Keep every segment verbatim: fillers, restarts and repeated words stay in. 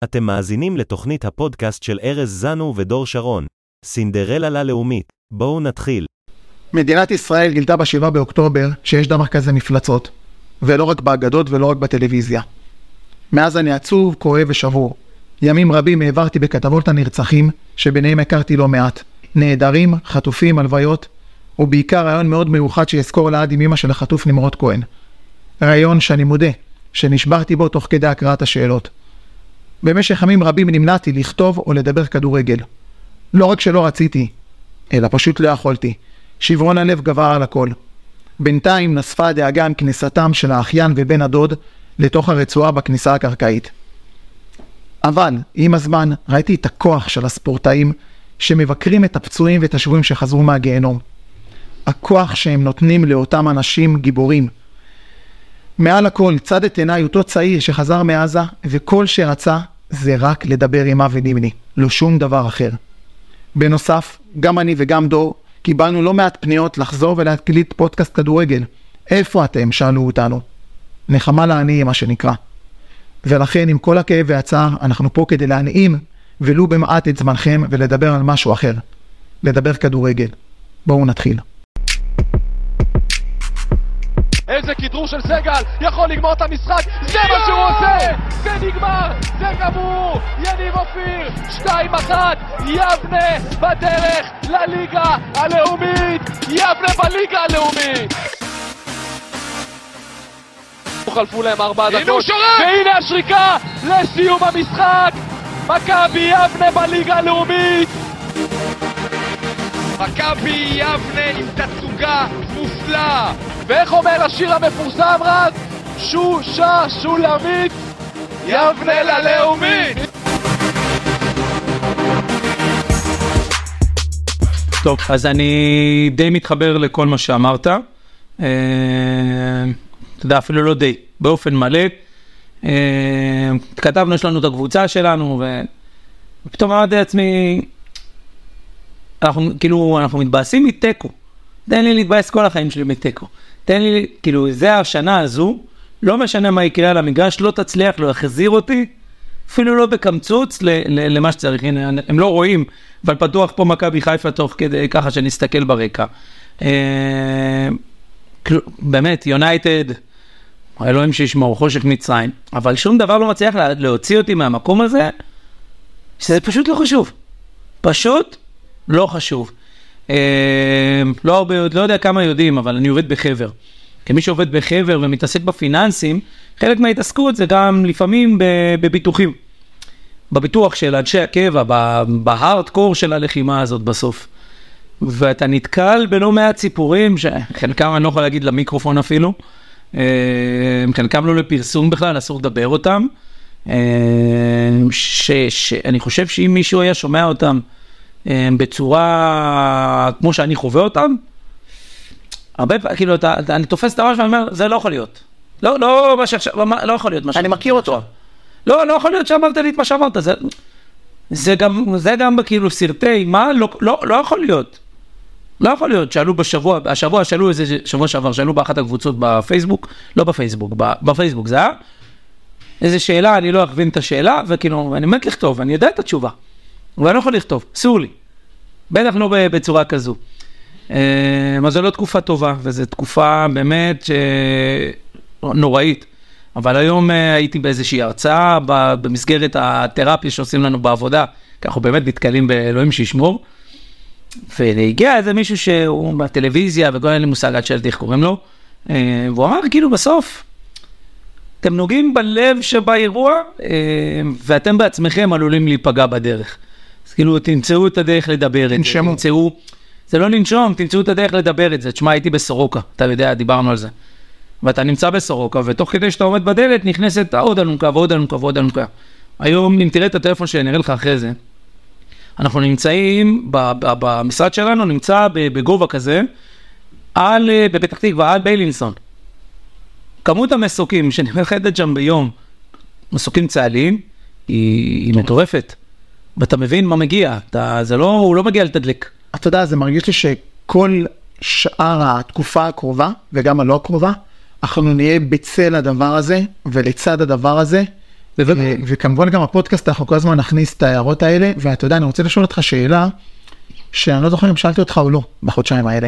אתם מאזינים לתוכנית הפודקאסט של ארז זנו ודור שרון, סינדרלה ללאומית. בואו נתחיל. מדינת ישראל גילתה בשבעה באוקטובר שיש דבר כזה מפלצות, ולא רק באגדות ולא רק בטלוויזיה. מאז אני עצוב, כואב ושבור. ימים רבים העברתי בכתבות הנרצחים, שביניהם הכרתי לא מעט. נעדרים, חטופים, הלוויות, ובעיקר רעיון מאוד מיוחד שיזכור לעד עם אמא של החטוף נמרוד כהן. רעיון שאני מודה, שנשברתי בו תוך כדי הקראת השאלות. במשך ימים רבים נמנעתי לכתוב או לדבר כדורגל. לא רק שלא רציתי, אלא פשוט לא יכולתי. שברון הלב גבר על הכל. בינתיים נשפה הדאגה עם כניסתם של האחיין ובן הדוד לתוך הרצועה בכניסה הקרקעית. אבל עם הזמן ראיתי את הכוח של הספורטאים שמבקרים את הפצועים ואת השבויים שחזרו מהגיהנום. הכוח שהם נותנים לאותם אנשים גיבורים. מעל הכל צד את עיניי אותו צעיר שחזר מעזה, וכל שרצה זה רק לדבר עם אבי נימני, לא שום דבר אחר. בנוסף, גם אני וגם דור קיבלנו לא מעט פניות לחזור ולהקליט פודקאסט כדורגל. איפה אתם? שאלו אותנו. נחמה לעניים מה שנקרא. ולכן עם כל הכאב והצער אנחנו פה כדי להנעים ולו במעט את זמנכם ולדבר על משהו אחר. לדבר כדורגל. בואו נתחיל. איזה כדרור של סגל, יכול לגמור את המשחק, זה מה שהוא עושה, זה נגמר, זה גמור, יניב אופיר, שתיים אחת, יבנה בדרך לליגה הלאומית, יבנה בליגה הלאומית. חלפו להם ארבע דקות, והנה השריקה לסיום המשחק, מכבי יבנה בליגה הלאומית. מכבי יבנה עם תצוגה מופלאה. ואיך אומר השיר המפורסם רז? שושה שולמית יבנה ללאומית. טוב, אז אני די מתחבר לכל מה שאמרת. אתה יודע, אפילו לא די, באופן מלא. כתבנו, יש לנו את הקבוצה שלנו, ופתאום אמרתי לעצמי, אנחנו כאילו, אנחנו מתבאסים מטקו. תן לי להתבאס כל החיים שלי מטקו. תן לי, כאילו, זה השנה הזו, לא משנה מה יקרה על המגרש, לא תצליח, לא יחזיר אותי, אפילו לא בקמצוץ ל- ל- למה שצריך. הנה, הם לא רואים, אבל פתוח פה מכבי חיפה תוך כדי, ככה שנסתכל ברקע. אה, באמת, יונייטד, האלוהים שישמעו, חושך מצרים, אבל שום דבר לא מצליח לה, להוציא אותי מהמקום הזה, שזה פשוט לא חשוב. פשוט לא חשוב. לא הרבה, לא יודע כמה יודעים, אבל אני עובד בחבר. כמי שעובד בחבר ומתעסק בפיננסים, חלק מההתעסקות זה גם לפעמים בביטוחים. בביטוח של אנשי הקבע, בהארדקור של הלחימה הזאת בסוף. ואתה נתקל בלא מעט סיפורים, שחלקם אני לא יכול להגיד למיקרופון אפילו, חלקם לא לפרסום בכלל, אסור לדבר אותם, שאני חושב שאם מישהו היה שומע אותם, בצורה כמו שאני חווה אותם, הרבה פעמים, כאילו, אתה, אני תופס את הראש ואני אומר, זה לא יכול להיות. לא, לא, מה שעכשיו, לא יכול להיות. אני מכיר אותו. לא, לא יכול להיות שאמרת לי את מה שאמרת. זה, זה גם, זה גם כאילו סרטי, מה? לא, לא, לא יכול להיות. לא יכול להיות. שאלו בשבוע, השבוע שאלו איזה שבוע שעבר, שאלו באחת הקבוצות בפייסבוק, לא בפייסבוק, בפייסבוק זה היה. איזה שאלה, אני לא אכווין את השאלה, וכאילו, אני מת לכתוב, אני יודע את התשובה. ואני לא יכול לכתוב, אסור לי. בטח לא בצורה כזו. אבל זו לא תקופה טובה, וזו תקופה באמת נוראית. אבל היום הייתי באיזושהי הרצאה, במסגרת התרפיה שעושים לנו בעבודה, כי אנחנו באמת נתקלים באלוהים שישמור, והגיע איזה מישהו שהוא בטלוויזיה, וכל אין לי מושג עד שאלתי איך קוראים לו, והוא אמר כאילו בסוף, אתם נוגעים בלב שבאירוע, ואתם בעצמכם עלולים להיפגע בדרך. אז כאילו, תמצאו את הדרך לדבר את זה. תמצאו, זה לא לנשום, תמצאו את הדרך לדבר את זה. תשמע, הייתי בסורוקה, אתה יודע, דיברנו על זה. ואתה נמצא בסורוקה, ותוך כדי שאתה עומד בדלת, נכנסת עוד אלונקה ועוד אלונקה ועוד אלונקה. היום, אם תראה את הטלפון שלי, נראה לך אחרי זה. אנחנו נמצאים, במשרד שלנו, נמצא בגובה כזה, על, בפתח תקווה, על ביילינסון. כמות המסוקים שנמחדת שם ביום, מסוקים צהליים, היא, היא מטורפת. ואתה מבין מה מגיע, אתה, זה לא, הוא לא מגיע לתדלק. אתה יודע, זה מרגיש לי שכל שאר התקופה הקרובה, וגם הלא הקרובה, אנחנו נהיה בצל הדבר הזה, ולצד הדבר הזה, וכמובן גם הפודקאסט, אנחנו כל הזמן נכניס את ההערות האלה, ואתה יודע, אני רוצה לשאול אותך שאלה, שאני לא זוכר אם שאלתי אותך או לא, בחודשיים האלה.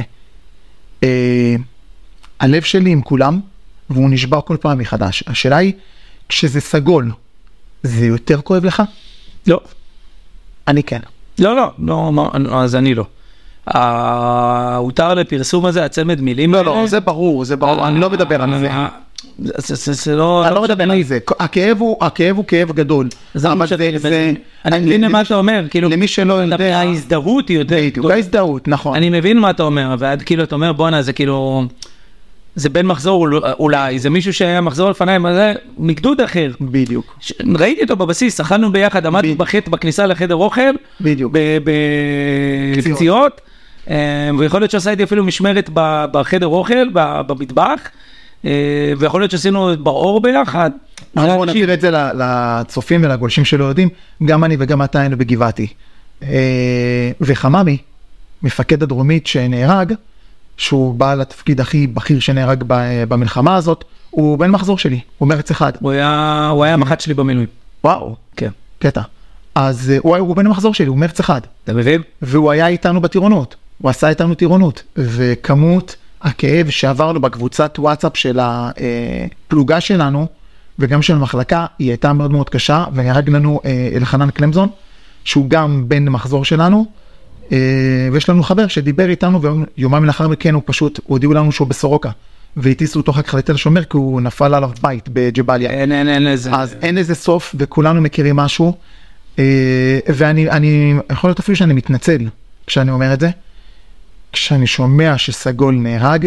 הלב שלי עם כולם, והוא נשבר כל פעם מחדש. השאלה היא, כשזה סגול, זה יותר כואב לך? לא. אני כן. לא, לא, לא, אז אני לא. ההותר לפרסום הזה, הצמד מילים. לא, לא, זה ברור, זה ברור, אני לא מדבר על זה. זה לא... אני לא מדבר על זה. הכאב הוא כאב גדול. אני מבין מה אתה אומר, כאילו... למי שלא יודע... ההזדהות היא יותר... בדיוק, ההזדהות, נכון. אני מבין מה אתה אומר, ועד כאילו אתה אומר, בוא'נה, זה כאילו... זה בין מחזור אולי, זה מישהו שהיה מחזור לפניי, זה מגדוד אחר. בדיוק. ראיתי אותו בבסיס, אכלנו ביחד, עמדנו בחט בכניסה לחדר אוכל, בדיוק. בקציעות, ויכול להיות שעשיתי אפילו משמרת בחדר אוכל, במטבח, ויכול להיות שעשינו באור ביחד. בואו נתיר את זה לצופים ולגולשים שלא יודעים, גם אני וגם אתה היינו בגבעתי. וחממי, מפקד הדרומית שנהרג, שהוא בעל התפקיד הכי בכיר שנהרג במלחמה הזאת, הוא בן מחזור שלי, הוא מרץ אחד. הוא היה, הוא היה מח"ט שלי במילואים. וואו. כן. קטע. אז הוא, הוא בן מחזור שלי, הוא מרץ אחד. אתה מבין? והוא היה איתנו בטירונות. הוא עשה איתנו טירונות. וכמות הכאב שעברנו בקבוצת וואטסאפ של הפלוגה שלנו, וגם של המחלקה, היא הייתה מאוד מאוד קשה, ונהרג לנו אלחנן קלמזון, שהוא גם בן מחזור שלנו, ויש לנו חבר שדיבר איתנו, ויומיים לאחר מכן הוא פשוט, הודיעו לנו שהוא בסורוקה, והטיסו אותו אחר כך לתל שומר, כי הוא נפל עליו בית בג'בליה. אין, אין, אין איזה... אז אין איזה סוף, וכולנו מכירים משהו, ואני, אני, יכול להיות אפילו שאני מתנצל, כשאני אומר את זה, כשאני שומע שסגול נהרג,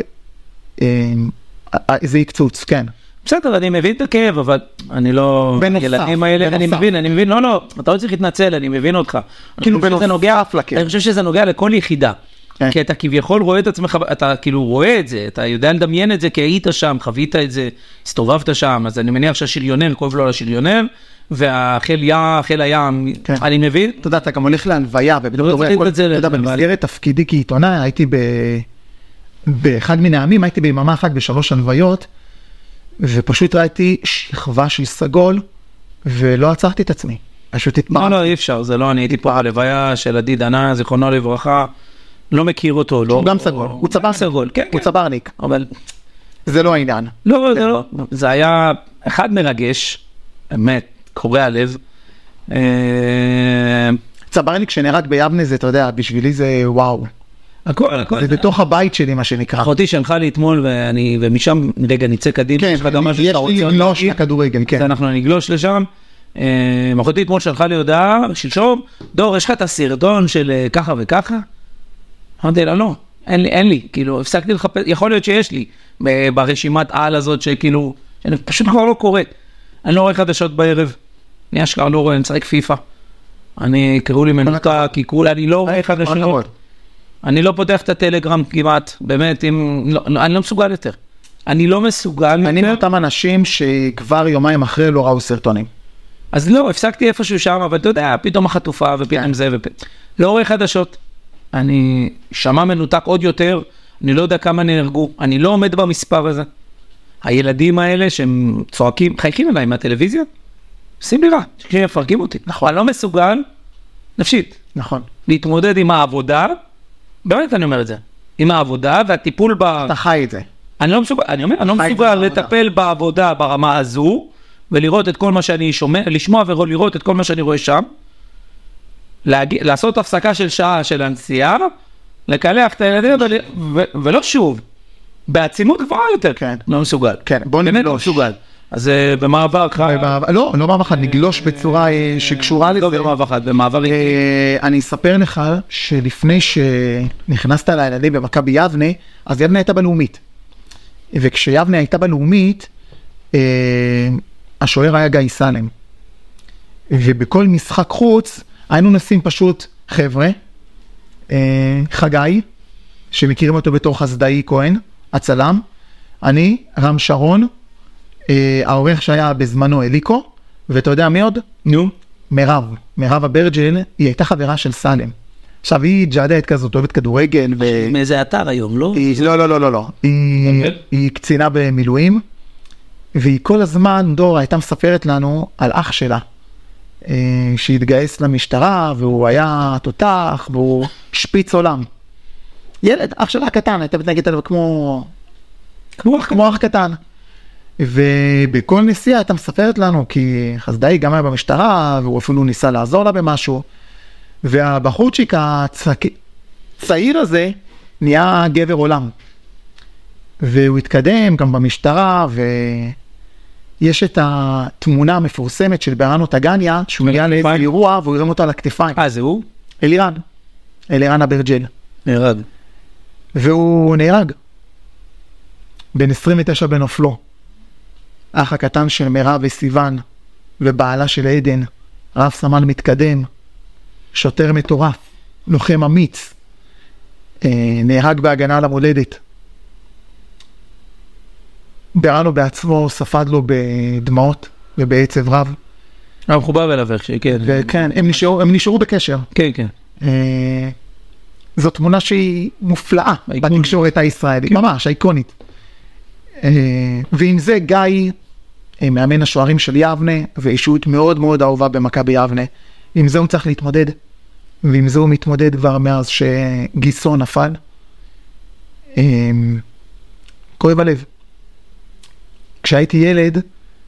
זה יקצוץ, כן. בסדר, אני מבין את הכאב, אבל אני לא... בנוסף, ילדים האלה, אני מבין, אני מבין, לא, לא, אתה לא צריך להתנצל, אני מבין אותך. כאילו בנוסף לכאב. אני חושב שזה נוגע לכל יחידה. כי אתה כביכול רואה את עצמך, אתה כאילו רואה את זה, אתה יודע לדמיין את זה, כי היית שם, חווית את זה, הסתובבת שם, אז אני מניח שהשריונר, כואב לו על השריונר, והחיל ים, חיל הים, אני מבין. אתה יודע, אתה גם הולך להלוויה, אתה יודע, במסגרת תפקידי כעיתונאי, הייתי באחד מן העמים, הייתי ביממה אחת בשלוש הלוויות, ופשוט ראיתי שכבה של סגול, ולא עצרתי את עצמי. פשוט התמרתי. לא, לא, אי אפשר, זה לא, אני הייתי פה בלוויה של עדי דנה, זיכרונו לברכה, לא מכיר אותו, לא... הוא גם סגול, הוא צבר סגול, כן, הוא צברניק. אבל... זה לא העניין. לא, זה לא, זה היה אחד מרגש, באמת, קורע הלב. צברניק שנהרג ביבנה זה, אתה יודע, בשבילי זה וואו. הכל, הכל. זה בתוך הבית שלי, מה שנקרא. אחותי שלחה לי אתמול, ואני, ומשם, רגע, נצא קדימה. כן, יש לי לגלוש לכדורגל, כן. אז אנחנו נגלוש לשם. אחותי אתמול שלחה לי הודעה, שלשום, דור, יש לך את הסרטון של ככה וככה? אמרתי לה, לא, אין לי, אין לי, כאילו, הפסקתי לחפש, יכול להיות שיש לי, ברשימת על הזאת, שכאילו, שאני פשוט כבר לא קוראת. אני לא רואה חדשות בערב, אני אשכרה לא רואה, אני מצחיק פיפה. אני, קראו לי מנותק, כי כולה, אני לא רואה חדשות. אני לא פותח את הטלגרם כמעט, באמת, אם, לא, אני לא מסוגל יותר. אני לא מסוגל יותר. אני מאותם אנשים שכבר יומיים אחרי לא ראו סרטונים. אז לא, הפסקתי איפשהו שם, אבל אתה יודע, פתאום החטופה ופתאום זה ופתאום. לא רואה חדשות. אני שמע מנותק עוד יותר, אני לא יודע כמה נהרגו, אני לא עומד במספר הזה. הילדים האלה שהם צועקים, חייכים אליי מהטלוויזיה, שים לי רע, שיפרקים אותי. נכון. אני לא מסוגל, נפשית. נכון. להתמודד עם העבודה, באמת אני אומר את זה, עם העבודה והטיפול ב... אתה חי את זה. אני לא מסוגל, אני אומר, אני לא מסוגל לטפל בעבודה ברמה הזו, ולראות את כל מה שאני שומע, לשמוע ולראות את כל מה שאני רואה שם, להג... לעשות הפסקה של שעה של הנסיעה, לקלח את הילדים, ו... ולא שוב, בעצימות גבוהה יותר. כן. לא מסוגל. כן, בוא נגלוש. באמת לא מסוגל. אז במעבר... לא, לא מעבר אחד, נגלוש בצורה שקשורה לזה. לא במעבר אחד, במעבר... אני אספר לך שלפני שנכנסת לילדים במכבי יבנה, אז יבנה הייתה בלאומית. וכשיבנה הייתה בלאומית, השוער היה גיא סלם. ובכל משחק חוץ, היינו נשים פשוט חבר'ה, חגי, שמכירים אותו בתור חסדאי כהן, הצלם, אני, רם שרון, העורך שהיה בזמנו אליקו, ואתה יודע מי עוד? נו. מירב, מירב אברג'ל, היא הייתה חברה של סלם. עכשיו היא ג'אדית כזאת, אוהבת כדורגל. מאיזה אתר היום, לא? לא, לא, לא, לא, לא. היא קצינה במילואים, והיא כל הזמן, דורה, הייתה מספרת לנו על אח שלה, שהתגייס למשטרה, והוא היה תותח, והוא שפיץ עולם. ילד, אח שלה קטן, הייתה מתנגדת עליו כמו... כמו אח, כמו אח קטן. ובכל נסיעה הייתה מספרת לנו, כי חסדאי גם היה במשטרה, והוא אפילו ניסה לעזור לה במשהו, והבחורצ'יק הצעיר הזה נהיה גבר עולם. והוא התקדם גם במשטרה, ויש את התמונה המפורסמת של ברנו טגניה, שהוא מגיע לאיזה אירוע, והוא ירם אותו על הכתפיים. אה, זה הוא? אלירן. אלירן אברג'ל. נהרג. והוא נהרג. בן עשרים ותשע בנופלו. אח הקטן של מירב וסיוון, ובעלה של עדן, רב סמל מתקדם, שוטר מטורף, לוחם אמיץ, אה, נהרג בהגנה על המולדת. ברנו בעצמו ספד לו בדמעות ובעצב רב. הוא מחובר אליו איך שכן. וכן, הם נשארו, הם נשארו בקשר. כן, כן. אה, זו תמונה שהיא מופלאה בתקשורת הישראלית, ממש, אייקונית. ועם זה גיא, מאמן השוערים של יבנה, ואישות מאוד מאוד אהובה במכבי יבנה, עם זה הוא צריך להתמודד, ועם זה הוא מתמודד כבר מאז שגיסו נפל. כואב הלב. כשהייתי ילד,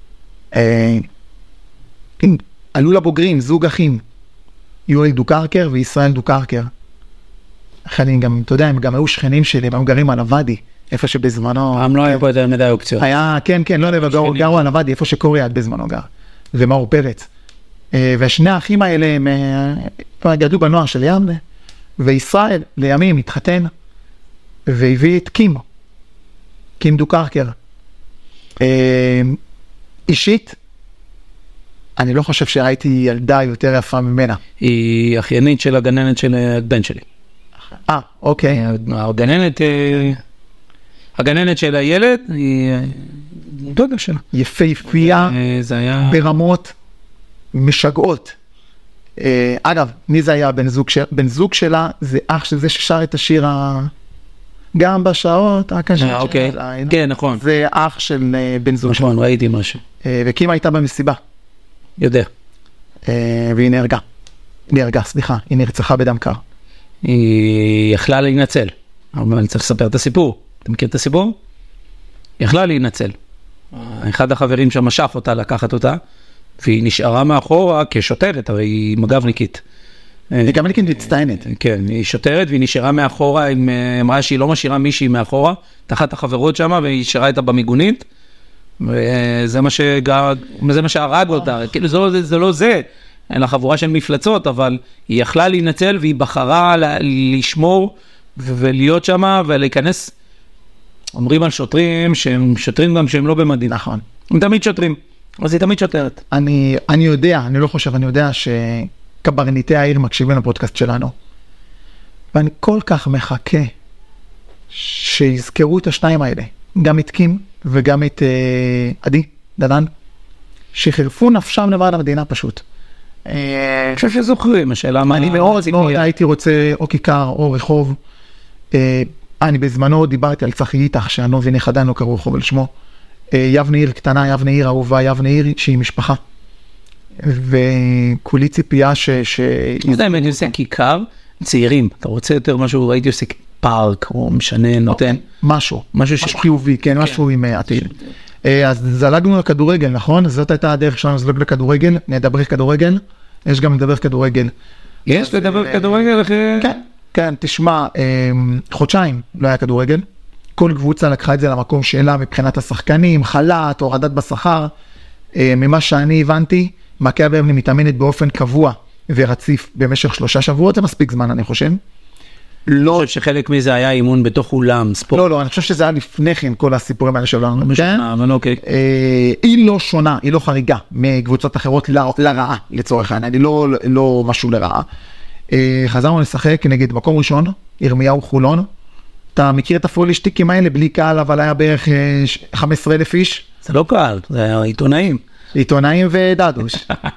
עלו לבוגרים, זוג אחים, יואל דוקרקר וישראל דוקרקר. אחרים גם, אתה יודע, הם גם היו שכנים שלי, הם גרים על הוואדי, איפה שבזמנו... פעם לא היה פה יותר מדי אופציות. היה, כן, כן, לא נבא, גרו על הוואדי, איפה שקוריאד בזמנו גר, ומאור פרץ. והשני האחים האלה, הם גדלו בנוער של יבנה, וישראל לימים התחתן, והביא את קים, קים דוקרקר. אישית, אני לא חושב שראיתי ילדה יותר יפה ממנה. היא אחיינית של הגננת של הבן שלי. אה, אוקיי. הגננת, הגננת של הילד היא דודה שלה. יפהפייה ברמות משגעות. אגב, מי זה היה בן זוג שלה? בן זוג שלה זה אח של זה ששר את השיר ה... גם בשעות הקשות. אוקיי, כן, נכון. זה אח של בן זוג שלה. נכון, ראיתי משהו. וקימה הייתה במסיבה. יודע. והיא נהרגה. נהרגה, סליחה, היא נרצחה בדם קר. היא יכלה להינצל. אבל אני צריך לספר את הסיפור. אתה מכיר את הסיפור? היא יכלה להינצל. אחד החברים שם משך אותה, לקחת אותה, והיא נשארה מאחורה כשוטרת, הרי היא מג"בניקית. היא גם ניקית מצטיינת. כן, היא שוטרת והיא נשארה מאחורה, היא אמרה שהיא לא משאירה מישהי מאחורה, תחת החברות שם, והיא נשארה איתה במיגונית, וזה מה שגר, זה מה שהרג אותה. כאילו זה לא זה, לא זה. אין לה חבורה של מפלצות, אבל היא יכלה להינצל והיא בחרה לשמור ולהיות שם ולהיכנס. אומרים על שוטרים שהם שוטרים גם שהם לא במדים. נכון. הם תמיד שוטרים, אז היא תמיד שוטרת. אני, אני יודע, אני לא חושב, אני יודע שקברניטי העיר מקשיבים לפודקאסט שלנו. ואני כל כך מחכה שיזכרו את השניים האלה. גם את קים וגם את אה, עדי, דנן, שחירפו נפשם לבד המדינה פשוט. אני חושב שזוכרים, השאלה מה... אני מאוד מאוד הייתי רוצה או כיכר או רחוב. אני בזמנו דיברתי על צחי איתך, שאני לא מבין איך עדיין לא קראו רחוב על שמו. יבנה עיר קטנה, יבנה עיר אהובה, יבנה עיר שהיא משפחה. וכולי ציפייה ש... לא יודע אם אני עושה כיכר, צעירים. אתה רוצה יותר משהו, ראיתי עושה פארק, או משנה, נותן. משהו, משהו חיובי, כן, משהו עם עתיד. אז זלגנו לכדורגל, נכון? זאת הייתה הדרך שלנו לזלוג לכדורגל, נדבר כדורגל, יש גם לדבר כדורגל. יש לדבר כדורגל? כן, כן, תשמע, חודשיים לא היה כדורגל, כל קבוצה לקחה את זה למקום שלה מבחינת השחקנים, חל"ת, הורדת בשכר, ממה שאני הבנתי, מכבי יבנה מתאמנת באופן קבוע ורציף במשך שלושה שבועות, זה מספיק זמן אני חושב. לא חושב שחלק מזה היה אימון בתוך אולם ספורט. לא, לא, אני חושב שזה היה לפני כן כל הסיפורים האלה שלנו. משנה, אבל אוקיי. היא לא שונה, היא לא חריגה מקבוצות אחרות לרעה, לצורך העניין, היא לא משהו לרעה. חזרנו לשחק נגד מקום ראשון, ירמיהו חולון. אתה מכיר את הפולישטיקים האלה, בלי קהל, אבל היה בערך חמישה עשר אלף איש. זה לא קהל, זה עיתונאים. עיתונאים ודדוש.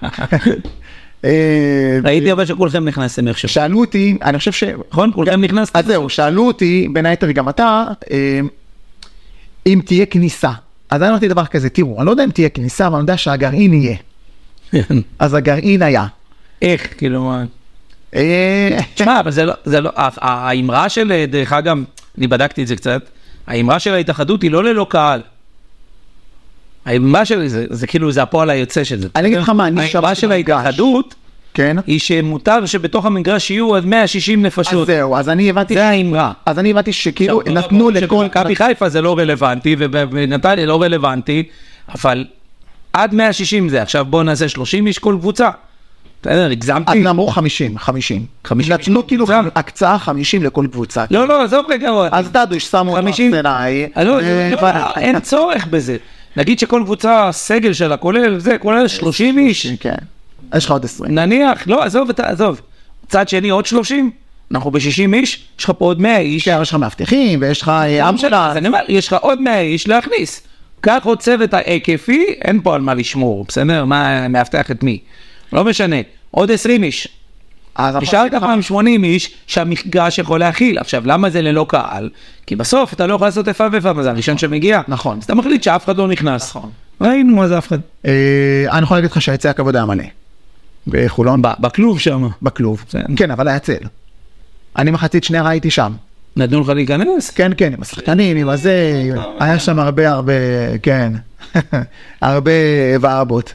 ראיתי אבל שכולכם נכנסתם איכשהו. שאלו אותי, אני חושב ש... נכון, כולכם נכנסתם. אז זהו, שאלו אותי, בין היתר גם אתה, אם תהיה כניסה, אז אני אמרתי דבר כזה, תראו, אני לא יודע אם תהיה כניסה, אבל אני יודע שהגרעין יהיה. אז הגרעין היה. איך, כאילו מה? תשמע, אבל זה לא, זה לא, האמרה של, דרך אגב, אני בדקתי את זה קצת, האמרה של ההתאחדות היא לא ללא קהל. האמרה של זה, זה כאילו, זה הפועל היוצא של זה. אני אגיד לך מה, אני שבתי האמרה של ההתאחדות, כן. היא שמותר שבתוך המגרש יהיו עד מאה ושישים נפשות. אז זהו, אז אני הבנתי... זה האמרה. אז אני הבנתי שכאילו נתנו לכל... מכבי חיפה זה לא רלוונטי, ובנתניה לא רלוונטי, אבל עד מאה ושישים זה. עכשיו בואו נעשה שלושים איש כל קבוצה. בסדר, הגזמתי. אז נאמרו חמישים, חמישים. נתנו כאילו הקצאה חמישים לכל קבוצה. לא, לא, עזוב רגע. אז דדוש שמו את ארסנאי. אין צורך בזה. נגיד שכל קבוצה, הסגל שלה, כולל זה, כולל שלושים איש. כן. יש לך עוד עשרים. נניח, לא, עזוב, עזוב. צד שני עוד שלושים, אנחנו ב-שישים איש, יש לך פה עוד מאה איש. יש לך מאבטחים, ויש לך עם שלה. אז אני אומר, יש לך עוד מאה איש להכניס. קח עוד צוות ההיקפי, אין פה על מה לשמור, בסדר? מה מאבטח את מי? לא משנה. עוד עשרים איש. נשאר ככה עם שמונים איש שהמגרש יכול להכיל. עכשיו, למה זה ללא קהל? כי בסוף אתה לא יכול לעשות איפה ואיפה, מה זה הראשון שמגיע. נכון. אז אתה מחליט שאף אחד לא נכנס. נכון. ראינו מה זה אף אחד. אני יכול להגיד לך שהיצע הכבוד היה מלא. בחולון. בכלוב שם. בכלוב. כן, אבל היה צל. אני מחצית שנייה ראיתי שם. נתנו לך להיכנס? כן, כן, עם השחקנים, עם הזה, היה שם הרבה הרבה, כן, הרבה ועבות.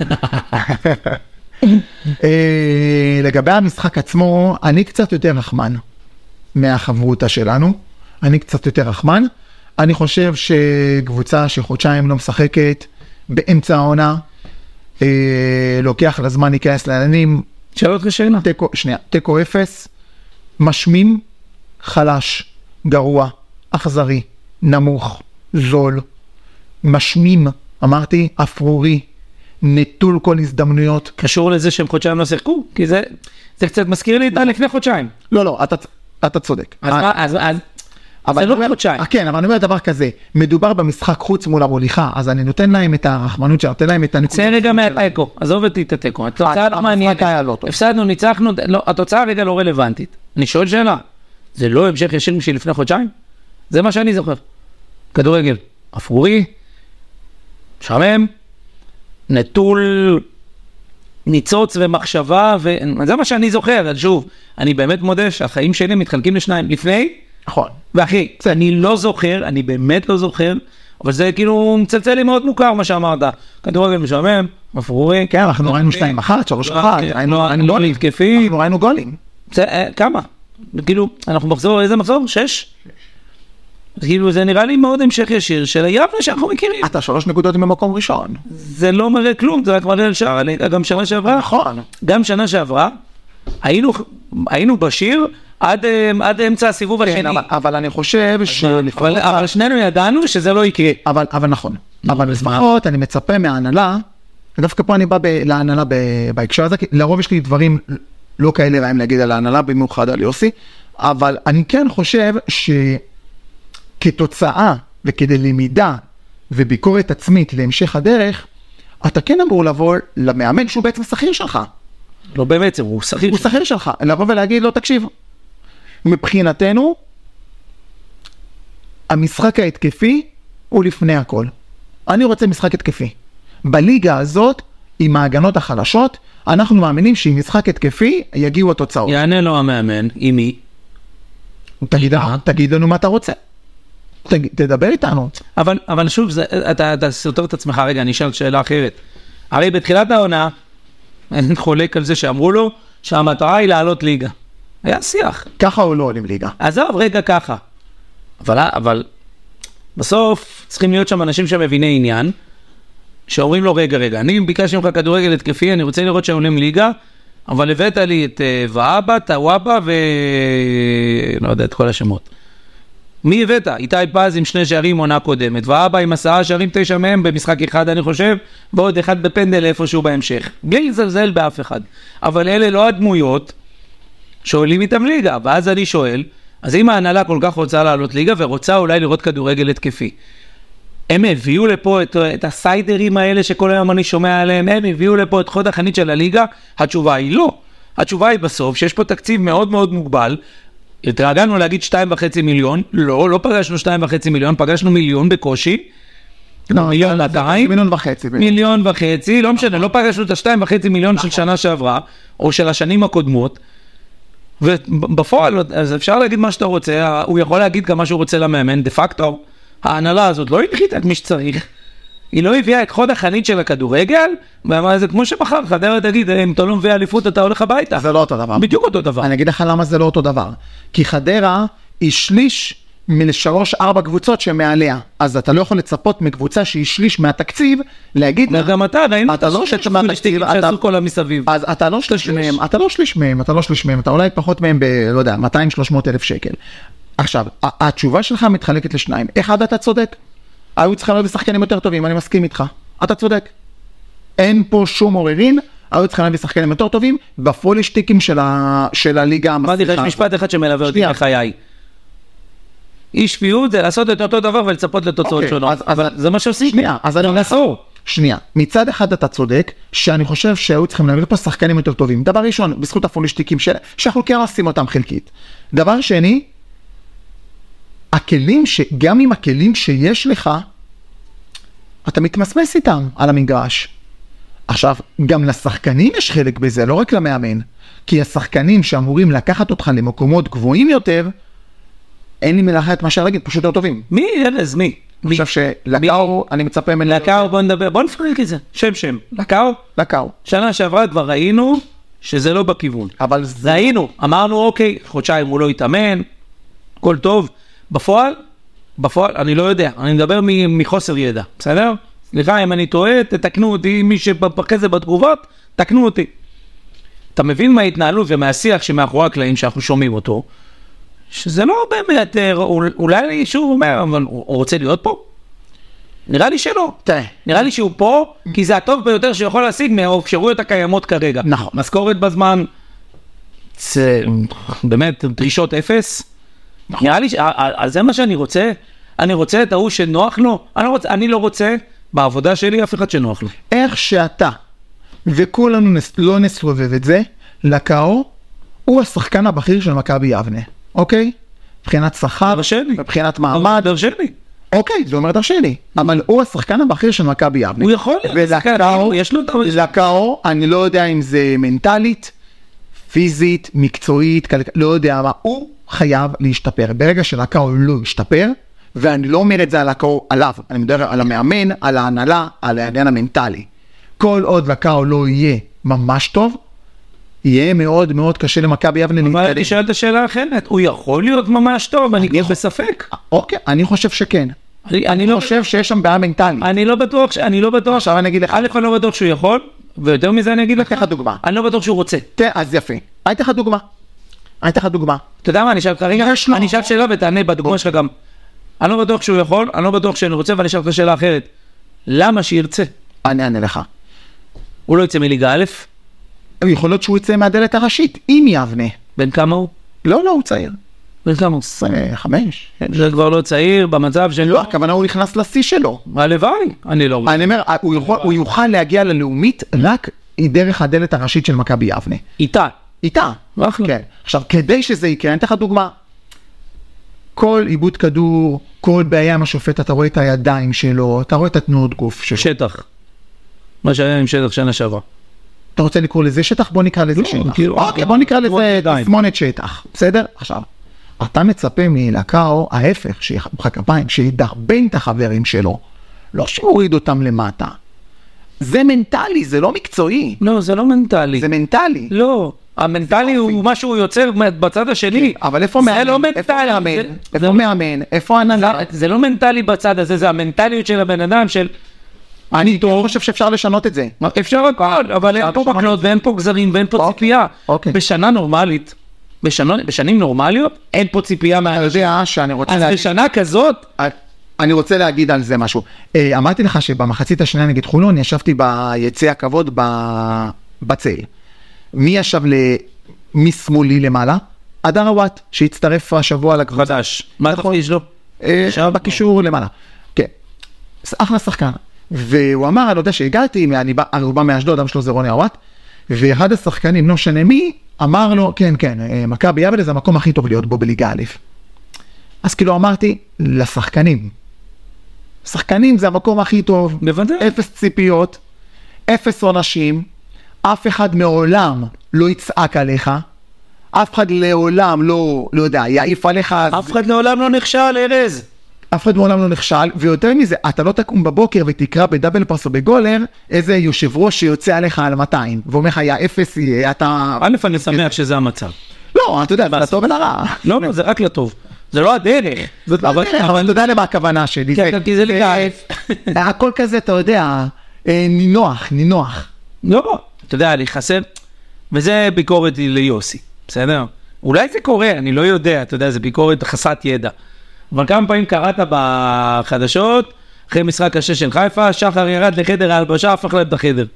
לגבי המשחק עצמו, אני קצת יותר רחמן מהחברותה שלנו, אני קצת יותר רחמן, אני חושב שקבוצה שחודשיים לא משחקת באמצע העונה, לוקח לזמן להיכנס לעניינים. שאלה אותך שאלה. שנייה, תיקו אפס, משמים, חלש, גרוע, אכזרי, נמוך, זול, משמים, אמרתי, אפרורי, נטול כל הזדמנויות. קשור לזה שהם חודשיים לא שיחקו? כי זה, זה קצת מזכיר לי לפני חודשיים. לא, לא, אתה, אתה צודק. אז מה, אז, אז, זה לא חודשיים. כן, אבל אני אומר דבר כזה, מדובר במשחק חוץ מול המוליכה, אז אני נותן להם את הרחמנות שלה, נותן להם את הנקודה. צא רגע מהתיקו, עזוב אותי את התיקו. התוצאה לא מעניינת. הפסדנו, ניצחנו, התוצאה רגע לא רלוונטית. אני שואל שאלה, זה לא המשך ישיר משל לפני חודשיים? זה מה שאני זוכר. כדורגל, אפרורי, משעמם, נטול ניצוץ ומחשבה, וזה מה שאני זוכר. שוב, אני באמת מודה שהחיים שלי מתחלקים לשניים. לפני, נכון. ואחי, אני לא זוכר, אני באמת לא זוכר, אבל זה כאילו מצלצל לי מאוד מוכר מה שאמרת. כדורגל משעמם, אפרורי. כן, אנחנו ראינו שתיים אחת, שלוש אחת, ראינו גולים התקפי. אנחנו ראינו גולים. כמה? כאילו, אנחנו מחזור, איזה מחזור? שש? כאילו, זה נראה לי מאוד המשך ישיר של היבנה שאנחנו מכירים. אתה שלוש נקודות ממקום ראשון. זה לא מראה כלום, זה רק מראה על שער. גם שנה שעברה. נכון. גם שנה שעברה, היינו, היינו בשיר עד, עד אמצע הסיבוב השני. אבל אני חושב ש... אבל שנינו ידענו שזה לא יקרה. אבל, אבל נכון. אבל לפחות אני מצפה מההנהלה, ודווקא פה אני בא להנהלה בהקשר הזה, כי לרוב יש לי דברים לא כאלה רעים להגיד על ההנהלה, במיוחד על יוסי, אבל אני כן חושב שכתוצאה וכדי למידה וביקורת עצמית להמשך הדרך, אתה כן אמור לבוא למאמן שהוא בעצם שכיר שלך. לא באמת, הוא שכיר. הוא שכיר שלך. לבוא ולהגיד לו, תקשיב, מבחינתנו, המשחק ההתקפי הוא לפני הכל. אני רוצה משחק התקפי. בליגה הזאת, עם ההגנות החלשות, אנחנו מאמינים שעם משחק התקפי יגיעו התוצאות. יענה לו המאמן, עם מי? תגיד, תגיד לנו מה אתה רוצה. תגיד, תדבר איתנו. אבל, אבל שוב, זה, אתה, אתה סותר את עצמך, רגע, אני אשאל שאלה אחרת. הרי בתחילת העונה, אני חולק על זה שאמרו לו, שהמטרה היא לעלות ליגה. היה שיח. ככה או לא עולים ליגה? עזוב, רגע ככה. אבל, אבל, בסוף צריכים להיות שם אנשים שמביני עניין, שאומרים לו, רגע, רגע, אני ביקשתי ממך כדורגל התקפי, אני רוצה לראות שעולים ליגה, אבל הבאת לי את ואבא, טאוואבה ו... לא יודע, את כל השמות. מי הבאת? איתי פז עם שני שערים עונה קודמת, ואבא עם עשרה שערים, תשע מהם במשחק אחד, אני חושב, ועוד אחד בפנדל איפשהו בהמשך. בלי לזלזל באף אחד. אבל אלה לא הדמויות שעולים איתם ליגה, ואז אני שואל, אז אם ההנהלה כל כך רוצה לעלות ליגה, ורוצה אולי לראות כדורגל התקפי, הם הביאו לפה את, את הסיידרים האלה שכל היום אני שומע עליהם, הם הביאו לפה את חוד החנית של הליגה? התשובה היא לא. התשובה היא בסוף שיש פה תקציב מאוד מאוד מוגבל, התרגלנו להגיד שתיים וחצי מיליון, לא, לא פגשנו שתיים וחצי מיליון, פגשנו מיליון בקושי, מיליון מאתיים, מיליון וחצי. מיליון וחצי, לא משנה, לא פגשנו את השתיים וחצי מיליון של שנה שעברה, או של השנים הקודמות, ובפועל, אז אפשר להגיד מה שאתה רוצה, הוא יכול להגיד גם מה שהוא רוצה למאמן, דה פקטו, ההנהלה הזאת לא הנחיתה את מי שצריך, היא לא הביאה את חוד החנית של הכדורגל, ואמרה, זה כמו שמחר, חדרה תגיד, אם אתה לא מביא אליפות, אתה הולך הביתה. זה לא אותו דבר. בדיוק אותו דבר. אני אגיד לך למה זה לא אותו דבר. כי חדרה היא שליש משלוש ארבע קבוצות שמעליה. אז אתה לא יכול לצפות מקבוצה שהיא שליש מהתקציב, להגיד לה... גם אתה, ראינו אתה לא שליש מהתקציב, שעשו כל המסביב. אז אתה לא שליש מהם, אתה לא שליש מהם, אתה לא שליש מהם, אתה אולי פחות מהם ב, לא יודע, מאתיים שלוש מאות אלף שקל. עכשיו, התשובה שלך מתחלקת לשניים. אחד, אתה צודק. היו צריכים להביא שחקנים יותר טובים, אני מסכים איתך. אתה צודק. אין פה שום עוררין, היו צריכים להביא שחקנים יותר טובים, בפולישטיקים של, ה... של הליגה המסליחה. אמרתי לך, יש משפט אחד שמלווה אותי בחיי. אי שפיות זה לעשות את אותו דבר ולצפות לתוצאות שונות. אבל זה מה שעושים. שנייה, אז אני נסעור. שנייה, מצד אחד אתה צודק, שאני חושב שהיו צריכים להביא פה שחקנים יותר טובים. דבר ראשון, בזכות הפולישטיקים של... שאנחנו כן עושים אותם חלקית. דבר שני, הכלים ש... גם עם הכלים שיש לך, אתה מתמסמס איתם על המגרש. עכשיו, גם לשחקנים יש חלק בזה, לא רק למאמן. כי השחקנים שאמורים לקחת אותך למקומות גבוהים יותר, אין לי מלאכה את מה שהרגל, פשוט יותר טובים. מי? אז מי? אני חושב שלקאו, אני מצפה ממנו... לקאו, בוא נדבר, בוא נפרק את זה. שם שם. לקאו? לקאו. שנה שעברה כבר ראינו שזה לא בכיוון. אבל זה... ראינו, אמרנו אוקיי, חודשיים הוא לא יתאמן, הכל טוב. בפועל, בפועל, אני לא יודע, אני מדבר מחוסר ידע, בסדר? סליחה, אם אני טועה, תתקנו אותי, מי שבחרי זה בתגובות, תקנו אותי. אתה מבין מההתנהלות ומהשיח שמאחורי הקלעים שאנחנו שומעים אותו, שזה לא באמת, אולי שוב אומר, אבל הוא רוצה להיות פה? נראה לי שלא. נראה לי שהוא פה, כי זה הטוב ביותר שיכול להשיג מהאפשרויות הקיימות כרגע. נכון. משכורת בזמן, זה באמת דרישות אפס. נראה לי, אז זה מה שאני רוצה. אני רוצה את ההוא שנוח לו. אני לא רוצה, אני לא רוצה בעבודה שלי אף אחד שנוח לו. איך שאתה וכולנו לא נסובב את זה, לקאו הוא השחקן הבכיר של מכבי יבנה. אוקיי? מבחינת שכר, מבחינת מעמד. דרשני. אוקיי, זה אומר דרשני. אבל הוא השחקן הבכיר של מכבי יבנה. הוא יכול להיות. ולקאו, יש לו את לקאו, אני לא יודע אם זה מנטלית, פיזית, מקצועית, לא יודע מה, הוא חייב להשתפר. ברגע שלקאו לא ישתפר, ואני לא אומר את זה על לקאו עליו, אני מדבר על המאמן, על ההנהלה, על העניין המנטלי. כל עוד לקאו לא יהיה ממש טוב, יהיה מאוד מאוד קשה למכבי יבנה להתקדם. אבל אני שואל את השאלה אחרת, הוא יכול להיות ממש טוב, אני כבר בספק. אוקיי, אני חושב שכן. אני לא חושב שיש שם בעיה מנטלית. אני לא בטוח, אני לא בטוח. עכשיו אני אגיד לך. א', אני לא בטוח שהוא יכול, ויותר מזה אני אגיד לך. אתן לך דוגמה. אני לא בטוח שהוא רוצה. תראה, אז יפה. הייתי לך דוגמה. הייתי לך דוגמה. אתה יודע מה, אני אשאל כרגע, אני אשאל שאלה ותענה בדוגמה שלך גם. אני לא בטוח שהוא יכול, אני לא בטוח שאני רוצה, ואני אשאל לך שאלה אחרת. למה שירצה? אני אענה לך. הוא לא יצא מליגה א'? יכול להיות שהוא יצא מהדלת הראשית, עם יבנה. בן כמה הוא? לא, לא, הוא צעיר. בן כמה הוא? עשרים וחמש. זה כבר לא צעיר, במצב של... לא, הכוונה הוא נכנס לשיא שלו. הלוואי, אני לא רוצה. אני אומר, הוא יוכל להגיע ללאומית רק דרך הדלת הראשית של מכבי יבנה. איתה. איתה. כן. עכשיו, כדי שזה יקרה, אני אתן לך דוגמה. כל עיבוד כדור, כל בעיה עם השופט, אתה רואה את הידיים שלו, אתה רואה את התנועות גוף שלו. שטח. מה שהיה עם שטח שנה שעברה. אתה רוצה לקרוא לזה שטח? בוא נקרא לזה שטח. אוקיי, בוא נקרא לזה תסמונת שטח. בסדר? עכשיו, אתה מצפה מלקאו, ההפך, שיחבך כפיים, שידרבן את החברים שלו, לא שיוריד אותם למטה. זה מנטלי, זה לא מקצועי. לא, זה לא מנטלי. זה מנטלי. לא, המנטלי הוא מה שהוא יוצר בצד השני. אבל איפה מאמן? איפה מאמן? איפה מאמן? איפה הנהלה? זה לא מנטלי בצד הזה, זה המנטליות של הבן אדם של... אני חושב שאפשר לשנות את זה. אפשר הכל, אבל אין פה מקלות ואין פה גזרים ואין פה ציפייה. בשנה נורמלית, בשנים נורמליות, אין פה ציפייה מה... אתה יודע שאני רוצה... אז בשנה כזאת... אני רוצה להגיד על זה משהו. אמרתי לך שבמחצית השנייה נגד חולון, ישבתי ביציע הכבוד בצל. מי ישב משמאלי למעלה? אדר הוואט, שהצטרף השבוע לקבוצה. חדש. מה התפקיד שלו? בקישור למעלה. כן. אחלה שחקן. והוא אמר, אני יודע שהגעתי, אני בא מאשדוד, אדם שלו זה רוני הוואט, ואחד השחקנים, לא משנה מי, אמר לו, כן, כן, מכבי יבנה זה המקום הכי טוב להיות בו בליגה א'. אז כאילו אמרתי, לשחקנים, שחקנים זה המקום הכי טוב. בוודאי. אפס ציפיות, אפס עונשים, אף אחד מעולם לא יצעק עליך, אף אחד לעולם לא, לא יודע, יעיף עליך. אף אחד לעולם לא נכשל, ארז. אף אחד מעולם לא נכשל, ויותר מזה, אתה לא תקום בבוקר ותקרא בדאבל פאס או בגולר, איזה יושב ראש שיוצא עליך על מאתיים, ואומר לך, יא אפס, אתה... א', אני שמח שזה המצב. לא, אתה יודע, זה לטוב ולרע. לא, לא, זה רק לטוב. זה לא הדרך. זאת לא הדרך, אבל אתה יודע למה הכוונה שלי. כי זה לגעף. הכל כזה, אתה יודע, נינוח, נינוח. לא, אתה יודע, אני חסר, וזה ביקורת ליוסי, בסדר? אולי זה קורה, אני לא יודע, אתה יודע, זה ביקורת חסרת ידע. אבל כמה פעמים קראת בחדשות, אחרי משחק קשה של חיפה, שחר ירד לחדר ההלבשה, הפך להם את החדר.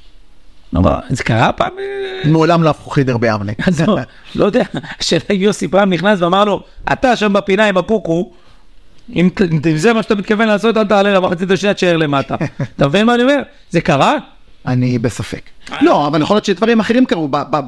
זה קרה פעם? מעולם לא הפכו חדר ביבנה. לא יודע, שיוסי פעם נכנס ואמר לו, אתה שם בפינה עם הקוקו, אם זה מה שאתה מתכוון לעשות, אל תעלה למחצית השנייה תשאר למטה. אתה מבין מה אני אומר? זה קרה? אני בספק. לא, אבל יכול להיות שדברים אחרים קרו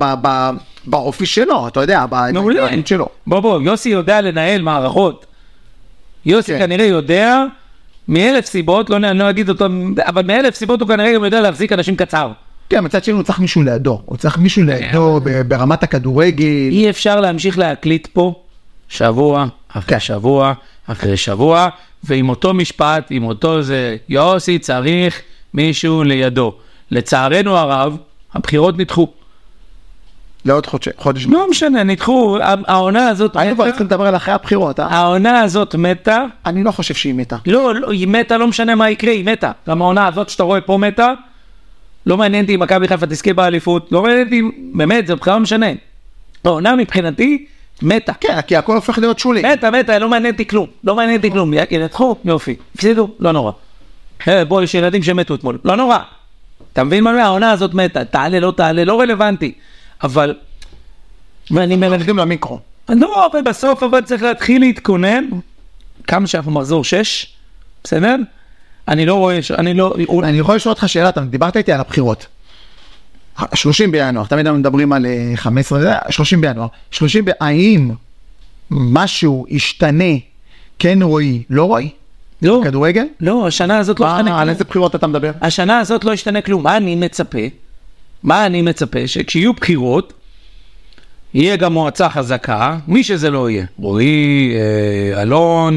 באופי שלו, אתה יודע, בהתנהלות שלו. בוא בוא, יוסי יודע לנהל מערכות. יוסי כנראה יודע, מאלף סיבות, לא אגיד אותו, אבל מאלף סיבות הוא כנראה גם יודע להחזיק אנשים קצר. כן, מצד שני הוא צריך מישהו לידו, הוא צריך מישהו לידו ברמת הכדורגל. אי אפשר להמשיך להקליט פה שבוע אחרי שבוע אחרי שבוע, ועם אותו משפט, עם אותו זה, יוסי צריך מישהו לידו. לצערנו הרב, הבחירות נדחו. לעוד חודש. לא משנה, נדחו, העונה הזאת... היינו כבר צריכים לדבר על אחרי הבחירות, אה? העונה הזאת מתה. אני לא חושב שהיא מתה. לא, לא, היא מתה, לא משנה מה יקרה, היא מתה. גם העונה הזאת שאתה רואה פה מתה, לא מעניין אותי אם מכבי חיפה תזכה באליפות, לא מעניין אותי, באמת, זה בכלל לא משנה. העונה מבחינתי, מתה. כן, כי הכל הופך להיות שולי. מתה, מתה, לא מעניין אותי כלום. לא מעניין אותי כלום. נדחו, יופי. הפסידו, לא נורא. בוא, יש ילדים שמתו אתמול. לא נורא. אתה מבין מה? העונה הזאת מתה. תעלה, לא תעלה, לא רלוונטי. אבל... ואני מלמדים למיקרו. לא, אבל בסוף אבל צריך להתחיל להתכונן. כמה שאנחנו מחזור שש, בסדר? אני לא רואה, אני לא... אני יכול לשאול אותך שאלה, אתה דיברת איתי על הבחירות. שלושים בינואר, תמיד אנחנו מדברים על חמש עשרה, שלושים בינואר. שלושים, האם משהו ישתנה, כן רואי, לא רואי? לא. כדורגל? לא, השנה הזאת לא ישתנה כלום. על איזה בחירות אתה מדבר? השנה הזאת לא ישתנה כלום. מה אני מצפה? מה אני מצפה? שכשיהיו בחירות, יהיה גם מועצה חזקה, מי שזה לא יהיה. רועי, אה, אלון,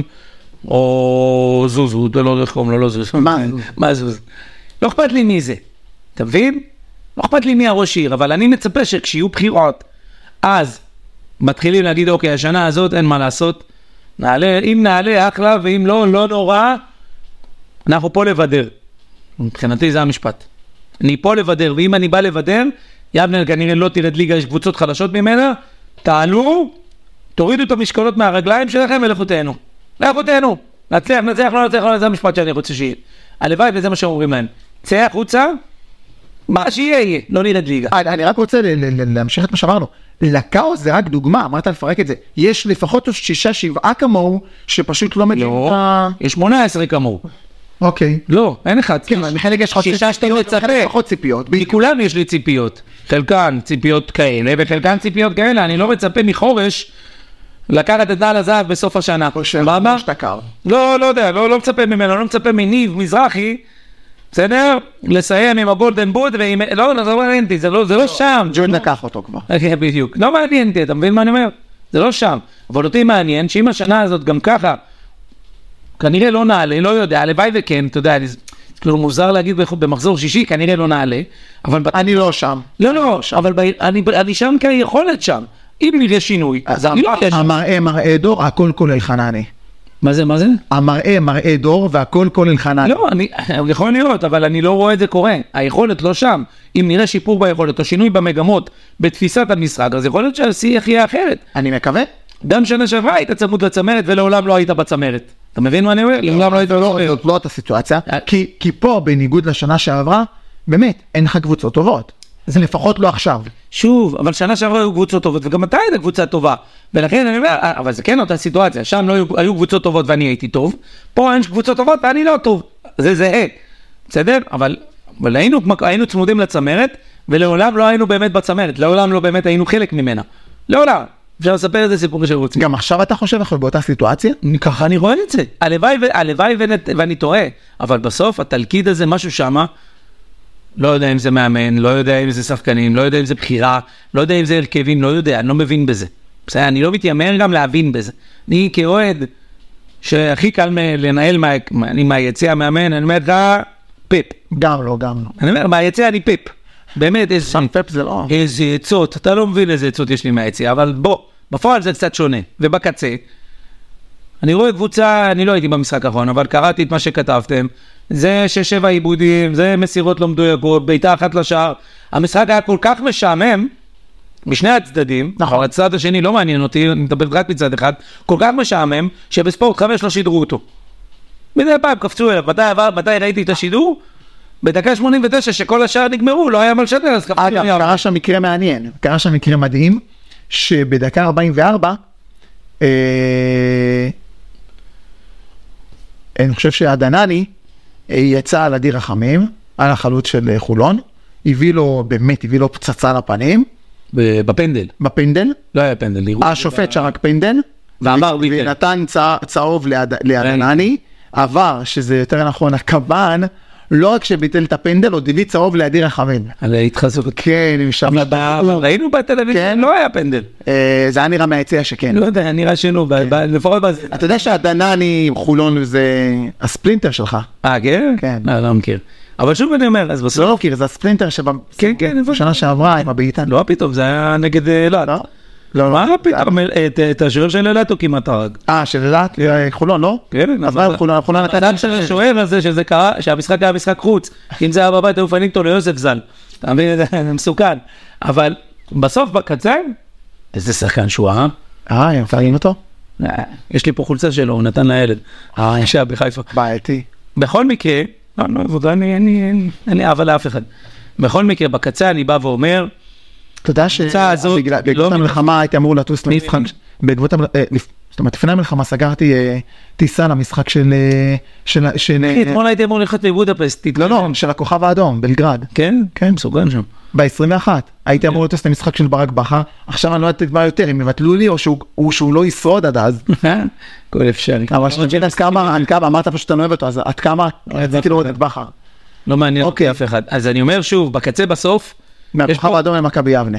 או זוזו, לא יודע איך קוראים לו, לא זוזו. מה? מה זוז? לא אכפת לי מי זה. אתה מבין? לא אכפת לי מי הראש עיר, אבל אני מצפה שכשיהיו בחירות, אז מתחילים להגיד, אוקיי, השנה הזאת אין מה לעשות, נעלה, אם נעלה אחלה, ואם לא, לא נורא, אנחנו פה לבדר. מבחינתי זה המשפט. אני פה לבדר, ואם אני בא לבדר, יבנר כנראה לא תרד ליגה, יש קבוצות חדשות ממנה, תעלו, תורידו את המשקולות מהרגליים שלכם ולכו תהנו. לכו תהנו. נצליח, נצליח, לא נצליח, לא, זה המשפט שאני רוצה שיהיה. הלוואי וזה מה שאומרים להם. צא החוצה, מה שיהיה יהיה, לא נרד ליגה. אני רק רוצה להמשיך את מה שאמרנו. לקאוס זה רק דוגמה, אמרת לפרק את זה. יש לפחות שישה, שבעה כמוהו, שפשוט לא מגיעים. לא, יש שמונה עשרה כמוהו. אוקיי. לא, אין אחד. כן, מחלק יש שישה שאתה מצפה. פחות ציפיות. מכולם יש לי ציפיות. חלקן ציפיות כאלה, וחלקן ציפיות כאלה. אני לא מצפה מחורש לקחת את נעל הזהב בסוף השנה. מה? שתקר. לא, לא יודע, לא, לא מצפה ממנו, לא מצפה מניב מזרחי, בסדר? לסיים עם הגולדן בוט ועם... לא, לא, זה לא מעניין אותי, זה לא, זה לא שם. ג'ון לקח אותו כבר. כן, בדיוק. לא מעניין אותי, אתה מבין מה אני אומר? זה לא שם. אבל אותי מעניין שאם השנה הזאת גם ככה, כנראה לא נעלה, לא יודע, הלוואי וכן, אתה יודע, כאילו מוזר להגיד במחזור שישי, כנראה לא נעלה, אבל... אני לא שם. לא, לא, אבל אני שם כיכולת שם. אם נראה שינוי, אז אני לא יודע שם. המראה מראה דור, הכל כולל חנני. מה זה, מה זה? המראה מראה דור, והכל כולל חנני. לא, אני יכול לראות, אבל אני לא רואה את זה קורה. היכולת לא שם. אם נראה שיפור ביכולת, או שינוי במגמות, בתפיסת המשחק, אז יכול להיות שהשיח יהיה אחרת. אני מקווה. גם שנה שעברה היית צמוד לצמרת, ולעולם לא היית בצמרת. אתה מבין מה אני אומר? לעולם לא היית בצמרת. זאת לא את הסיטואציה, כי פה, בניגוד לשנה שעברה, באמת, אין לך קבוצות טובות. זה לפחות לא עכשיו. שוב, אבל שנה שעברה היו קבוצות טובות, וגם אתה היית קבוצה טובה. ולכן אני אומר, אבל זה כן אותה סיטואציה, שם לא היו, היו קבוצות טובות ואני הייתי טוב, פה אין קבוצות טובות ואני לא טוב. זה זה, בסדר? אבל, אבל היינו, היינו צמודים לצמרת, ולעולם לא היינו באמת בצמרת, לעולם לא באמת היינו חלק ממנה. לעולם. אפשר לספר את זה סיפור שרוצים. גם עכשיו אתה חושב אנחנו באותה סיטואציה? ככה אני רואה את זה. הלוואי, הלוואי ואני טועה, אבל בסוף התלכיד הזה, משהו שמה, לא יודע אם זה מאמן, לא יודע אם זה שחקנים, לא יודע אם זה בחירה, לא יודע אם זה הרכבים, לא יודע, אני לא מבין בזה. בסדר, אני לא מתיימר גם להבין בזה. אני כאוהד, שהכי קל לנהל מה, אני מהיציע המאמן, אני אומר לך, פיפ. גם לא, גם לא. אני אומר, מהיציע אני פיפ. באמת, איזה... שם פיפ זה לא. איזה עצות, אתה לא מבין איזה עצות יש לי מהיציע, אבל בוא, בפועל זה קצת שונה. ובקצה, אני רואה קבוצה, אני לא הייתי במשחק האחרון, אבל קראתי את מה שכתבתם, זה שש שבע עיבודים, זה מסירות לא מדויקות, בעיטה אחת לשער. המשחק היה כל כך משעמם, משני הצדדים, נכון. הצד השני לא מעניין אותי, אני מדבר רק מצד אחד, כל כך משעמם, שבספורט חמש לא שידרו אותו. מדי פעם קפצו אליו, מתי, מתי ראיתי את השידור? בדקה שמונים ותשע שכל השאר נגמרו, לא היה מה לשדר, אז קפצו אליו. אגב, קרה שם מקרה מעניין, קרה שם מקרה מדהים, שבדקה ארבעים וארבע, אה, אני חושב שהדנני יצא על אדיר רחמים, על החלוץ של חולון, הביא לו, באמת, הביא לו פצצה לפנים, בפנדל. בפנדל. לא היה פנדל. השופט שרק פנדל. ואמר ויתר. ונתן צהוב לידנני, עבר, שזה יותר נכון, הכוון, לא רק שביטל את הפנדל, עוד הביא צהוב לידיר רחמים. על ההתחזות. כן, אבל ראינו בטלוויזיה, לא היה פנדל. זה היה נראה מהיציע שכן. לא יודע, נראה שנו, לפחות בזה. אתה יודע שהדנני חולון זה הספלינטר שלך. אה, כן? כן. לא, לא מכיר. אבל שוב אני אומר, אז בסוף... לא מכיר, זה הספלינטר שבשנה שעברה עם הבעיטן. לא פתאום, זה היה נגד אלת. לא, מה פתאום, את השוער של אלת הוא כמעט הרג. אה, של אלת? חולון, לא? כן. אז מה, חולון נתן... הצד של השוער הזה, שזה קרה, שהמשחק היה משחק חוץ, אם זה היה בבית, היו פנים אותו ליוסף זל. אתה מבין, זה מסוכן. אבל בסוף, בקצה, איזה שחקן שהוא, אה? אה, אפשר להגיד אותו? יש לי פה חולצה שלו, הוא נתן לילד. אה, שהיה בחיפה. בעייתי. בכל מקרה, לא, לא, אני אהבה לאף אחד. בכל מקרה, בקצה אני בא ואומר, אתה יודע שבעקבות המלחמה הייתי אמור לטוס למשחק, בעקבות המלחמה, זאת אומרת, לפני המלחמה סגרתי טיסה למשחק של... אתמול הייתי אמור ללכת לבודפסט. לא, לא, של הכוכב האדום, בלגרד. כן? כן, מסוגן שם. ב-עשרים ואחת. הייתי אמור לטוס למשחק של ברק בכר, עכשיו אני לא יודעת מה יותר, אם יבטלו לי או שהוא לא ישרוד עד אז. כל אפשרי. אבל שתבין עד כמה, אמרת פשוט שאתה לא אוהב אותו, אז עד כמה רציתי לראות את בכר. לא מעניין אותי אף אחד. אז אני אומר שוב, בקצה בסוף, מהכוכב האדום למכבי יבנה.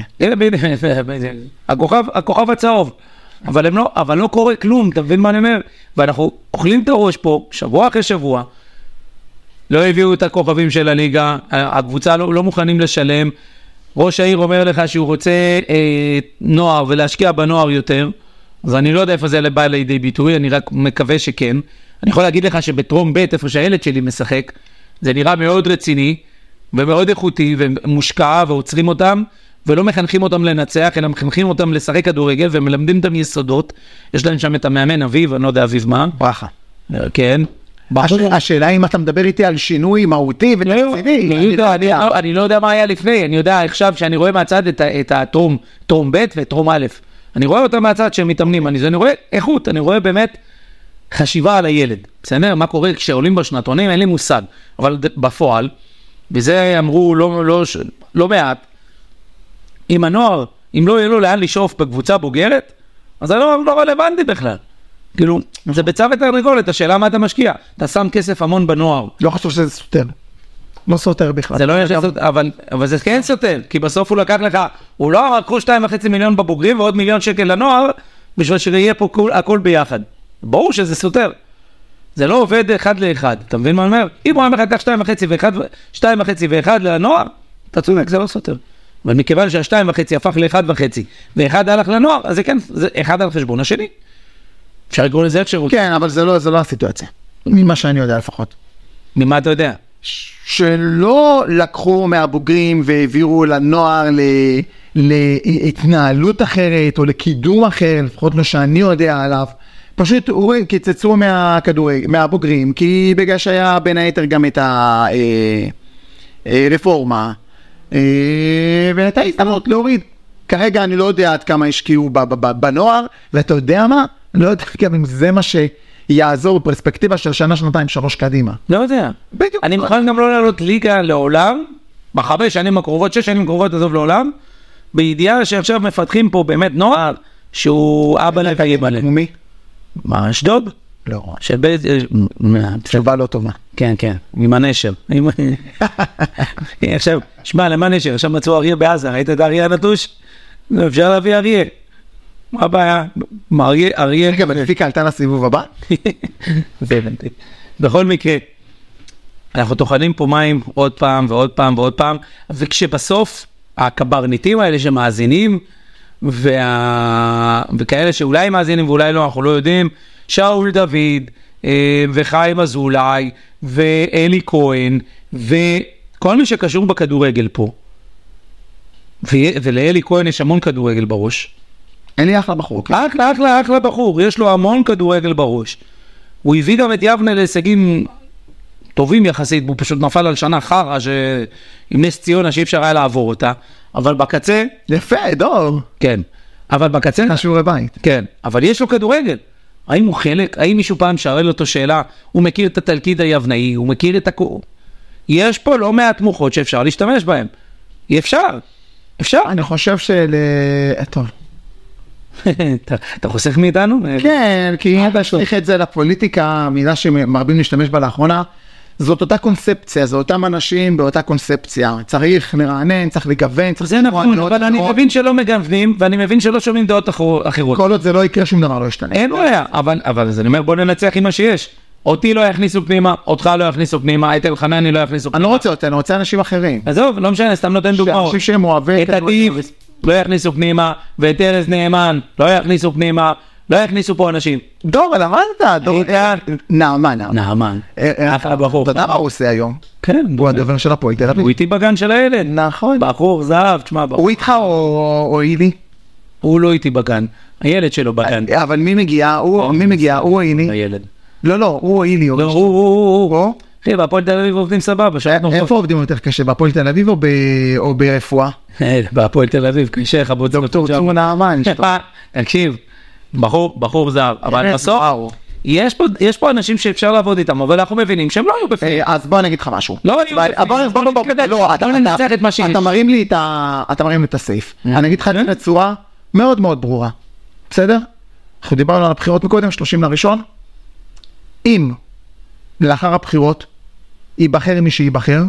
הכוכב הצהוב. אבל הם לא, אבל לא קורה כלום, אתה מבין מה אני אומר? ואנחנו אוכלים את הראש פה, שבוע אחרי שבוע, לא הביאו את הכוכבים של הליגה, הקבוצה לא, לא מוכנים לשלם, ראש העיר אומר לך שהוא רוצה אה, נוער ולהשקיע בנוער יותר, אז אני לא יודע איפה זה בא לידי ביטוי, אני רק מקווה שכן. אני יכול להגיד לך שבטרום ב' איפה שהילד שלי משחק, זה נראה מאוד רציני, ומאוד איכותי, ומושקע, ועוצרים אותם, ולא מחנכים אותם לנצח, אלא מחנכים אותם לשחק כדורגל, ומלמדים אותם יסודות. יש להם שם את המאמן אביב, אני לא יודע אביב מה. ברכה. כן. השאלה אם אתה מדבר איתי על שינוי מהותי ותקציבי. אני לא יודע מה היה לפני, אני יודע עכשיו שאני רואה מהצד את הטרום, טרום ב' וטרום א'. אני רואה אותם מהצד שהם מתאמנים, אני רואה איכות, אני רואה באמת חשיבה על הילד. בסדר? מה קורה כשעולים בשנתונים? אין לי מושג. אבל בפועל, וזה אמרו לא, לא, לא מעט, אם הנוער, אם לא יהיה לו לאן לשאוף בקבוצה בוגרת, אז זה לא, לא רלוונטי בכלל. כאילו, זה בצו ותרנגולת, השאלה מה אתה משקיע. אתה שם כסף המון בנוער. לא חשוב שזה סותר. לא סותר בכלל. זה לא יש סותר, אבל, אבל זה כן סותר, כי בסוף הוא לקח לך, הוא לא אמר, קחו שתיים וחצי מיליון בבוגרים ועוד מיליון שקל לנוער, בשביל שיהיה פה כל, הכל ביחד. ברור שזה סותר. זה לא עובד אחד לאחד. אתה מבין מה אני אומר? אם הוא אמר לקח שתיים וחצי ואחד, שתיים וחצי ואחד לנוער, אתה צודק, זה לא סותר. אבל מכיוון שהשתיים וחצי הפך לאחד וחצי, ואחד הלך לנוער, אז זה כן, זה אחד על חשבון השני. אפשר לקרוא לזה איך שרוצה. כן, אבל זה לא, זה לא הסיטואציה. ממה שאני יודע לפחות. ממה אתה יודע? שלא לקחו מהבוגרים והעבירו לנוער ל... להתנהלות אחרת, או לקידום אחר, לפחות לא שאני יודע עליו. פשוט קיצצו מהכדורגל, מהבוגרים, כי בגלל שהיה בין היתר גם את הרפורמה, והייתה הזדמנות להוריד. כרגע אני לא יודע עד כמה השקיעו בנוער, ואתה יודע מה? לא יודע גם אם זה מה שיעזור בפרספקטיבה של שנה, שנתיים, שלוש קדימה. לא יודע. אני מוכן גם לא לעלות ליגה לעולם, בחמש שנים הקרובות, שש שנים הקרובות עזוב לעולם, בידיעה שעכשיו מפתחים פה באמת נוער, שהוא אבא לקיים עליהם. ומי? מה, אשדוד? לא. של בית... תשובה לא טובה. כן, כן, עם הנשר. עכשיו, שמע, למה נשר? עכשיו מצאו אריה בעזה, ראית את האריה הנטוש? אפשר להביא אריה. מה הבעיה? אריה, אריה... רגע, בנפיקה עלתה לסיבוב הבא? זה הבנתי. בכל מקרה, אנחנו טוחנים פה מים עוד פעם ועוד פעם ועוד פעם, וכשבסוף הקברניטים האלה שמאזינים, וה... וכאלה שאולי מאזינים ואולי לא, אנחנו לא יודעים, שאול דוד, וחיים אזולאי, ואלי כהן, וכל מי שקשור בכדורגל פה, ו... ולאלי כהן יש המון כדורגל בראש. אלי אחלה בחור. אחלה, אחלה, אחלה בחור, יש לו המון כדורגל בראש. הוא הביא גם את יבנה להישגים טובים יחסית, הוא פשוט נפל על שנה חרה, עם נס ציונה שאי אפשר היה לעבור אותה, אבל בקצה... יפה, דור. כן, אבל בקצה... שיעורי בית. כן, אבל יש לו כדורגל. האם הוא חלק? האם מישהו פעם שואל אותו שאלה? הוא מכיר את התלכיד היבנאי, הוא מכיר את הכור. יש פה לא מעט מוחות שאפשר להשתמש בהם. אי אפשר. אפשר. אני חושב של... טוב. אתה חוסך מאיתנו? כן, כי אתה שליח את זה לפוליטיקה, מילה שמרבים להשתמש בה לאחרונה, זאת אותה קונספציה, זה אותם אנשים באותה קונספציה. צריך לרענן, צריך לגוון, צריך... זה נכון, אבל אני מבין שלא מגוונים, ואני מבין שלא שומעים דעות אחרות. כל עוד זה לא יקרה, שום דבר לא ישתנה. אין בעיה, אבל אז אני אומר, בוא ננצח עם מה שיש. אותי לא יכניסו פנימה, אותך לא יכניסו פנימה, את אלחנני לא יכניסו פנימה. אני לא רוצה אותה, אני רוצה אנשים אחרים. עזוב, לא משנה, סתם נותן דוגמאות. אנשים שהם אוהבי... את עדיף לא יכניסו פנימה, ואת ארז נאמן לא יכניסו פנימה, לא יכניסו פה אנשים. דור, למדת, דור... נעמן. נעמן. אחלה בחור. אתה יודע מה הוא עושה היום? כן. הוא הדובר של הפועל תל אביב. הוא איתי בגן של הילד. נכון. בחור זהב, תשמע. הוא איתך או אילי? הוא לא איתי בגן. הילד שלו בגן. אבל מי מגיע? מי מגיע? הוא או אילי? הילד. לא, לא, הוא או אילי. לא, הוא, הוא, הוא. אחי, בהפועל תל אביב עובדים סבבה. איפה עובדים יותר קשה? בהפועל תל אביב או ברפואה? בהפועל תל אביב, קשה לך בוצע. דוקטור צור נעמן. תקשיב, בחור, בחור זר, אבל בסוף, יש פה, יש פה אנשים שאפשר לעבוד איתם, אבל אנחנו מבינים שהם לא היו בפנים. אז בוא אני אגיד לך משהו. לא היו בפנים. לא, אתה מרים לי את הסעיף. אני אגיד לך את צורה מאוד מאוד ברורה. בסדר? אנחנו דיברנו על הבחירות מקודם, שלושים לראשון. אם לאחר הבחירות ייבחר מי שייבחר,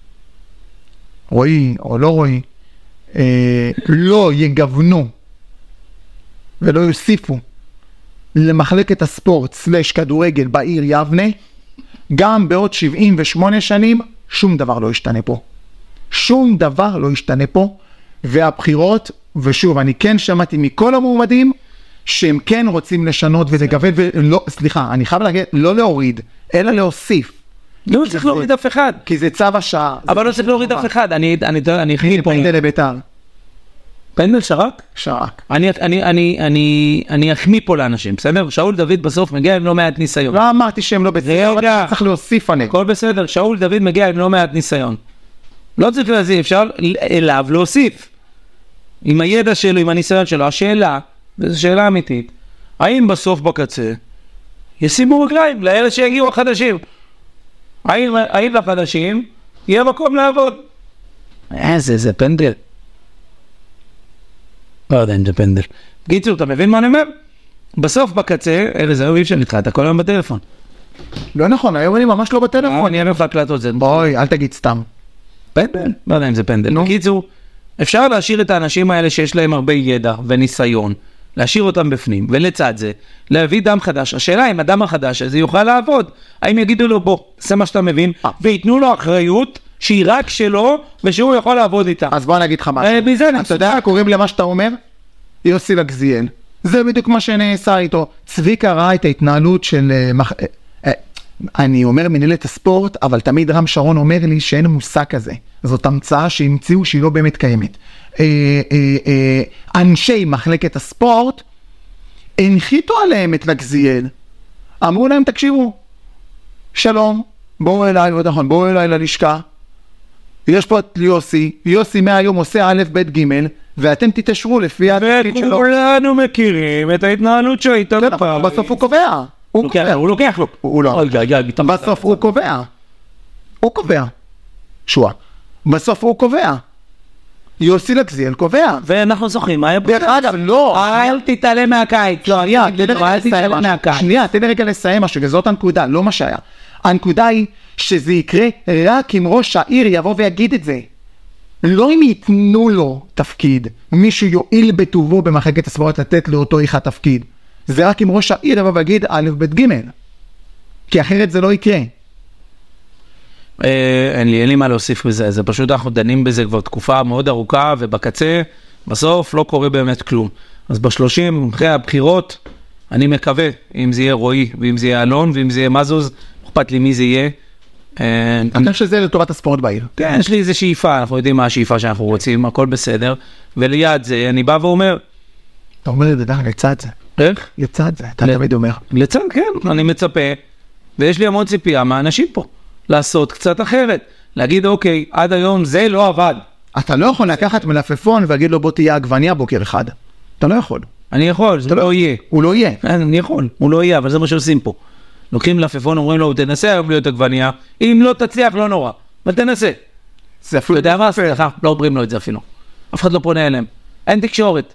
רואי או לא רואי, לא יגוונו ולא יוסיפו למחלקת הספורט סלש כדורגל בעיר יבנה, גם בעוד שבעים ושמונה שנים שום דבר לא ישתנה פה. שום דבר לא ישתנה פה, והבחירות, ושוב, אני כן שמעתי מכל המועמדים, שהם כן רוצים לשנות ולגוון, ולא, סליחה, אני חייב להגיד, לא להוריד, אלא להוסיף. לא צריך להוריד אף אחד. כי זה צו השעה. אבל לא צריך להוריד אף אחד, אני, אני, אני הכי פה. פנדל לביתר. פנדל שרק? שרק. אני, אני, אני, אני, אני אחמיא פה לאנשים, בסדר? שאול דוד בסוף מגיע עם לא מעט ניסיון. לא אמרתי שהם לא בסדר, צריך להוסיף עליהם. הכל בסדר, שאול דוד מגיע עם לא מעט ניסיון. לא צריך להזיב, אפשר אליו להוסיף. עם הידע שלו, עם הניסיון שלו, השאלה, וזו שאלה אמיתית, האם בסוף בקצה ישימו רגליים לאלה שיגיעו החדשים? האם, האם לחדשים יהיה מקום לעבוד? איזה, זה פנדל. לא יודע אם זה פנדל. גיצור, אתה מבין מה אני אומר? בסוף בקצה, אלה זה אי אפשר איתך, אתה כל היום בטלפון. לא נכון, היום אני ממש לא בטלפון. אני אערב להקלטות זה. בואי, אל תגיד סתם. פנדל? לא יודע אם זה פנדל. גיצור, אפשר להשאיר את האנשים האלה שיש להם הרבה ידע וניסיון, להשאיר אותם בפנים, ולצד זה, להביא דם חדש. השאלה אם הדם החדש הזה יוכל לעבוד. האם יגידו לו, בוא, זה מה שאתה מבין, ויתנו לו אחריות שהיא רק שלו, ושהוא יכול לעבוד איתה. אז בוא נגיד לך משהו. אתה יודע, קוראים למה שאתה אומר? יוסי לגזיאל. זה בדיוק מה שנעשה איתו. צביקה ראה את ההתנהלות של... אני אומר מנהלת הספורט, אבל תמיד רם שרון אומר לי שאין מושג כזה. זאת המצאה שהמציאו שהיא לא באמת קיימת. אנשי מחלקת הספורט הנחיתו עליהם את לגזיאל. אמרו להם, תקשיבו, שלום, בואו אליי, נכון, בואו אליי ללשכה. יש פה את יוסי, יוסי מהיום עושה א' ב' ג' ואתם תתאשרו לפי התפקיד שלו. וכולנו מכירים את ההתנהלות שהייתה לפעמים. בסוף הוא קובע. הוא קובע. הוא לוקח לו. הוא לא. בסוף הוא קובע. הוא קובע. שואה. בסוף הוא קובע. יוסי לגזיאל קובע. ואנחנו זוכרים, מה היה דרך אגב, לא. אל תתעלם מהקיץ. לא, שנייה, אל תתעלם מהקיץ. שנייה, תן לי רגע לסיים משהו, וזאת הנקודה, לא מה שהיה. הנקודה היא שזה יקרה רק אם ראש העיר יבוא ויגיד את זה. לא אם ייתנו לו תפקיד, מישהו יועיל בטובו במחלקת הספורט לתת לאותו איכה תפקיד. זה רק אם ראש העיר יבוא ויגיד א' ב' ג', כי אחרת זה לא יקרה. אין לי, אין לי מה להוסיף בזה, זה פשוט אנחנו דנים בזה כבר תקופה מאוד ארוכה, ובקצה, בסוף לא קורה באמת כלום. אז בשלושים, אחרי הבחירות, אני מקווה, אם זה יהיה רועי, ואם זה יהיה אלון, ואם זה יהיה מזוז, אכפת לי מי זה יהיה. אני חושב שזה לטובת הספורט בעיר. כן, יש לי איזו שאיפה, אנחנו יודעים מה השאיפה שאנחנו רוצים, הכל בסדר, וליד זה, אני בא ואומר... אתה אומר את זה, לצד זה. איך? לצד זה, אתה תמיד אומר. לצד, כן, אני מצפה, ויש לי המון ציפייה מהאנשים פה, לעשות קצת אחרת, להגיד, אוקיי, עד היום זה לא עבד. אתה לא יכול לקחת מלפפון ולהגיד לו בוא תהיה עגבניה בוקר אחד. אתה לא יכול. אני יכול, זה לא יהיה. הוא לא יהיה. אני יכול, הוא לא יהיה, אבל זה מה שעושים פה. לוקחים מלפפון, אומרים לו, תנסה היום להיות עגבניה, אם לא תצליח, לא נורא, אבל תנסה. זה אפילו... אתה יודע מה? סליחה, לא אומרים לו את זה אפילו. אף אחד לא פונה אליהם. אין תקשורת.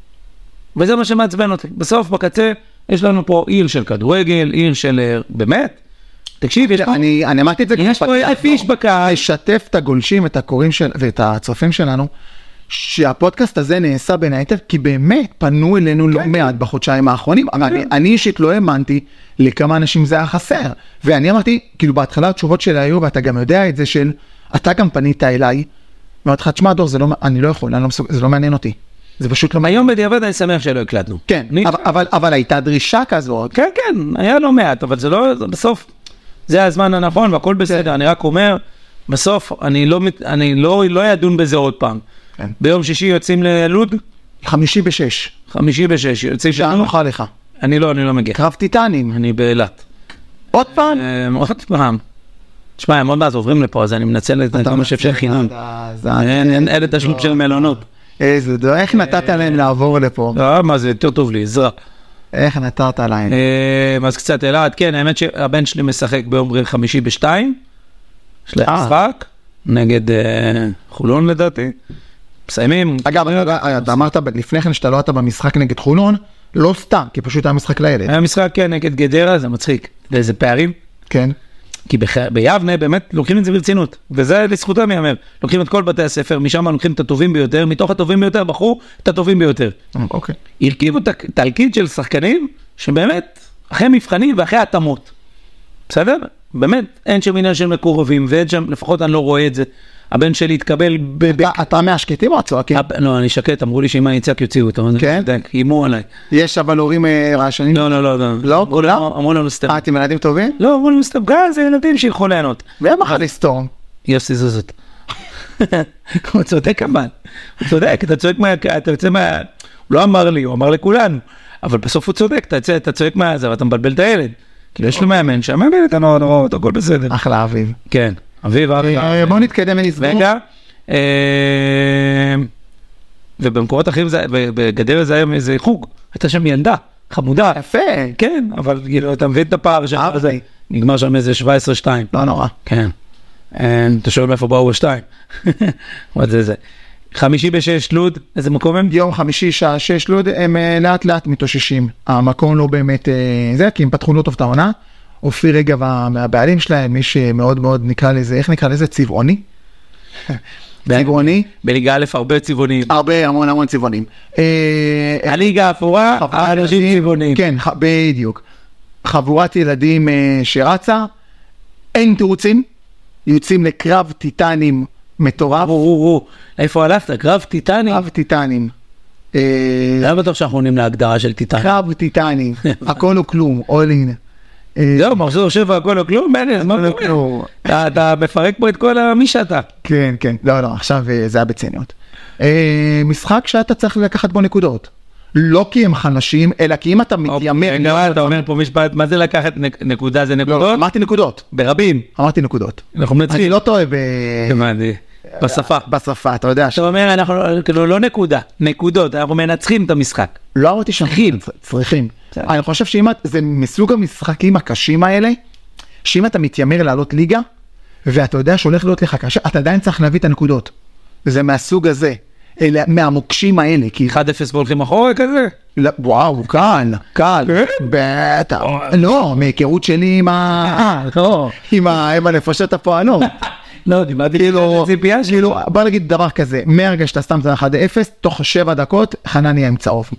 וזה מה שמעצבן אותי. בסוף, בקצה, יש לנו פה עיר של כדורגל, עיר של... באמת? תקשיב, יש פה... אני, אני אמרתי את זה... יש פה אלף איש בקהל. לשתף את הגולשים, את הקוראים של... ואת הצופים שלנו, שהפודקאסט הזה נעשה בין היתר, כי באמת פנו אלינו לא מעט בחודשיים האחרונים. אני אישית לא האמנתי לכמה אנשים זה היה חסר. ואני אמרתי, כאילו בהתחלה התשובות שלי היו, ואתה גם יודע את זה של, אתה גם פנית אליי, ואומרת לך, תשמע דור, אני לא יכול, זה לא מעניין אותי. זה פשוט לא... היום בדיעבד אני שמח שלא הקלטנו. כן, אבל הייתה דרישה כזאת. כן, כן, היה לא מעט, אבל זה לא, בסוף, זה הזמן הנכון, והכל בסדר. אני רק אומר, בסוף, אני לא, אני לא, לא ידון בזה עוד פעם. ביום שישי יוצאים ללוד? חמישי בשש. חמישי בשש, יוצאים שעה נוחה לך. אני לא, אני לא מגיע. קרב טיטנים. אני באילת. עוד פעם? עוד פעם. תשמע, הם עוד מעט עוברים לפה, אז אני מנצל את כמה שאפשר חינם. אין את השלום של מלונות. איזה, איך נתת להם לעבור לפה? לא, מה זה, יותר טוב לי, עזרה. איך נתת להם? אז קצת אילת, כן, האמת שהבן שלי משחק ביום חמישי בשתיים. יש לי משחק, נגד חולון לדעתי. מסיימים. אגב, אתה אמרת לפני כן שאתה לא היית במשחק נגד חולון, לא סתם, כי פשוט היה משחק לילד. היה משחק, כן, נגד גדרה, זה מצחיק. ואיזה פערים. כן. כי ביבנה באמת לוקחים את זה ברצינות, וזה לזכותם יאמר. לוקחים את כל בתי הספר, משם לוקחים את הטובים ביותר, מתוך הטובים ביותר בחרו את הטובים ביותר. אוקיי. הרכיבו תלכיד של שחקנים, שבאמת, אחרי מבחנים ואחרי התאמות. בסדר? באמת, אין שם עניין של מקורבים, ואין שם, לפחות אני לא רואה את זה. הבן שלי התקבל... אתה מהשקטים או הצועקים? לא, אני שקט, אמרו לי שאם אני אצעק יוציאו אותו. כן? אימו עליי. יש אבל הורים רעשנים? לא, לא, לא. לא? אמרו לנו סתם. אה, אתם ילדים טובים? לא, אמרו לנו סתם. גם זה ילדים שילכו ליהנות. והם אחת לסתום. יוסי זוזות. הוא צודק אבל. הוא צודק, אתה צועק מה... אתה יוצא מה... הוא לא אמר לי, הוא אמר לכולנו. אבל בסוף הוא צודק, אתה צועק מה זה, ואתה מבלבל את הילד. כאילו יש לו מאמן, שהמאמן את הנוראות, הכל בסדר. אחלה אביב. כן. אביב, אביב. בוא נתקדם ונסגור. רגע. ובמקורות אחרים, בגדר זה היה איזה חוג. הייתה שם ילדה, חמודה. יפה. כן, אבל כאילו, אתה מבין את הפער שם. נגמר שם איזה שבע עשרה שתיים. לא נורא. כן. אתה שואל מאיפה באו השתיים. עוד זה זה. חמישי בשש לוד, איזה מקום הם? יום חמישי שעה שש לוד, הם לאט לאט מתאוששים. המקום לא באמת זה, כי הם פתחו לא טוב את העונה. אופיר רגב מהבעלים שלהם, מי שמאוד מאוד נקרא לזה, איך נקרא לזה? צבעוני? צבעוני? בליגה א' הרבה צבעונים. הרבה, המון המון צבעונים. הליגה האפורה, האנשים צבעונים. כן, בדיוק. חבורת ילדים שרצה, אין תירוצים, יוצאים לקרב טיטנים מטורף. איפה הלכת? קרב טיטנים? קרב טיטנים. לא בטוח שאנחנו עונים להגדרה של טיטנים. קרב טיטנים, הכל או כלום, all in. זהו, מחזור שבע, הכל או כלום, בני, מה קורה? אתה מפרק פה את כל מי שאתה. כן, כן, לא, לא, עכשיו זה היה בצניות. משחק שאתה צריך לקחת בו נקודות. לא כי הם חלשים, אלא כי אם אתה מתיימר... רגע, אתה אומר פה משפט, מה זה לקחת נקודה? זה נקודות? לא, אמרתי נקודות. ברבים. אמרתי נקודות. אנחנו מנצחים. אני לא טועה ב... בשפה. בשפה, אתה יודע. אתה אומר, אנחנו לא נקודה, נקודות, אנחנו מנצחים את המשחק. לא אמרתי שאנחנו צריכים. אני חושב שאם זה מסוג המשחקים הקשים האלה, שאם אתה מתיימר לעלות ליגה, ואתה יודע שהולך להיות לך קשה, אתה עדיין צריך להביא את הנקודות. זה מהסוג הזה. אלה מהמוקשים האלה, כי... אחד אפס והולכים אחורה כזה? לא, וואו, קל, קל, בטח. לא, מהיכרות שלי עם ה... אה, לא. עם ה... עם הנפשות הפועלות. לא, דיברתי כאילו, ציפייה כאילו, בוא נגיד דבר כזה, מהרגע שאתה סתם זה אחד אפס, תוך שבע דקות, חנן יהיה עם צהוב.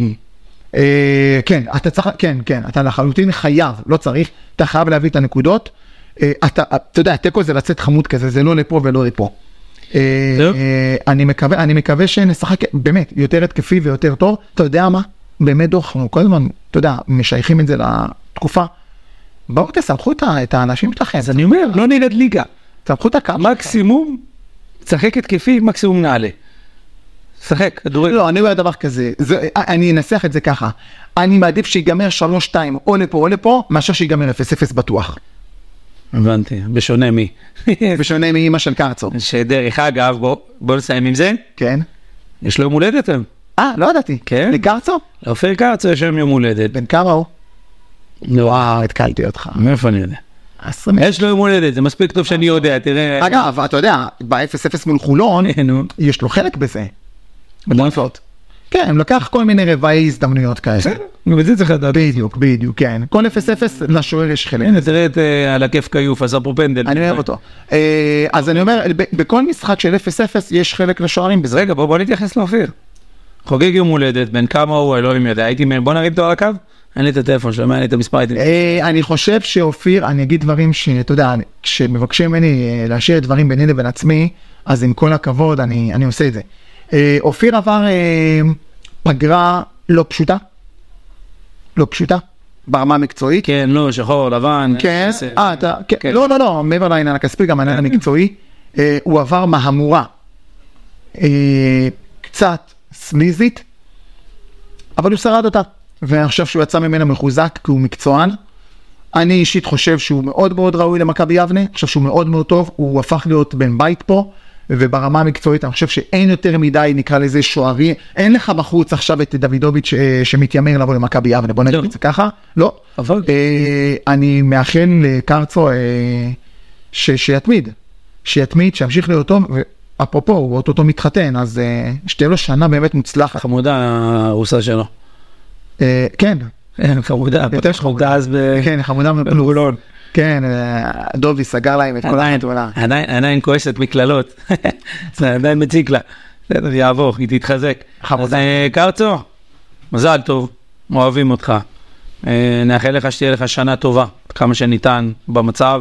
כן, אתה צריך, כן, כן, אתה לחלוטין חייב, לא צריך, אתה חייב להביא את הנקודות, אתה, אתה יודע, תיקו זה לצאת חמוד כזה, זה לא לפה ולא לפה. אני מקווה, אני מקווה שנשחק באמת יותר התקפי ויותר טוב, אתה יודע מה? באמת דוח, כל הזמן, אתה יודע, משייכים את זה לתקופה, בואו תסמכו את האנשים שלכם. אז אני אומר, לא נרד ליגה. תסמכו את הקו. מקסימום, צחק התקפי, מקסימום נעלה. שחק, כדורגל. לא, אני אומר דבר כזה, זה, אני אנסח את זה ככה, אני מעדיף שיגמר שלוש שתיים או לפה או לפה, מאשר שיגמר אפס אפס בטוח. הבנתי, בשונה מי. בשונה מאמא של קרצו. שדרך אגב, בוא, בוא נסיים עם זה. כן. יש לו יום הולדת היום. אה, לא ידעתי. כן. לקרצו? לאופיר קרצו יש היום יום הולדת. בן כמה הוא? וואו, התקלתי אותך. מאיפה אני יודע? יש לו יום הולדת, זה מספיק טוב שאני יודע, תראה. אגב, אתה יודע, ב-אפס אפס מול חולון, יש לו חלק בזה. בנפות. כן, הם לקח כל מיני רבעי הזדמנויות כאלה. וזה צריך לדעת. בדיוק, בדיוק, כן. כל אפס אפס לשוער יש חלק. הנה, תראה את על הכיף קיוף, עזר פה פנדל. אני אוהב אותו. אז אני אומר, בכל משחק של אפס אפס יש חלק לשוערים. אז רגע, בוא נתייחס לאופיר. חוגג יום הולדת, בין כמה הוא, אלוהים יודע, הייתי מהם, בוא נרים אותו על הקו? אין לי את הטלפון שלו, אין לי את המספר. אני חושב שאופיר, אני אגיד דברים שאתה יודע, כשמבקשים ממני להשאיר דברים ביני לבין עצמי, אז עם כל הכבוד אני, אני עושה את זה. אופיר עבר פגרה לא פשוטה, לא פשוטה, ברמה המקצועית. כן, לא, שחור, לבן. כן, אה, אתה, כן, לא, לא, לא, מעבר לעניין הכספי, גם העניין המקצועי, הוא עבר מהמורה, קצת סליזית, אבל הוא שרד אותה, ואני חושב שהוא יצא ממנה מחוזק, כי הוא מקצוען. אני אישית חושב שהוא מאוד מאוד ראוי למכבי יבנה, אני חושב שהוא מאוד מאוד טוב, הוא הפך להיות בן בית פה, וברמה המקצועית אני חושב שאין יותר מדי, נקרא לזה שוערי, אין לך בחוץ עכשיו את דוידוביץ' שמתיימר לבוא למכבי יבנה, בוא נגיד את זה ככה, לא. אני מאחל לקרצו שיתמיד, שיתמיד, שימשיך להיות טוב, ואפרופו, הוא אותו מתחתן, אז שתהיה לו שנה באמת מוצלחת. חמודה הרוסה שלו. כן. חמודה, יותר חמודה אז ב... כן, חמודה בפלורולון. כן, דובי סגר להם את כל החתולה. עדיין כועסת מכללות, זה עדיין מציק לה, זה יעבור, היא תתחזק. קרצו, מזל טוב, אוהבים אותך, נאחל לך שתהיה לך שנה טובה, כמה שניתן במצב,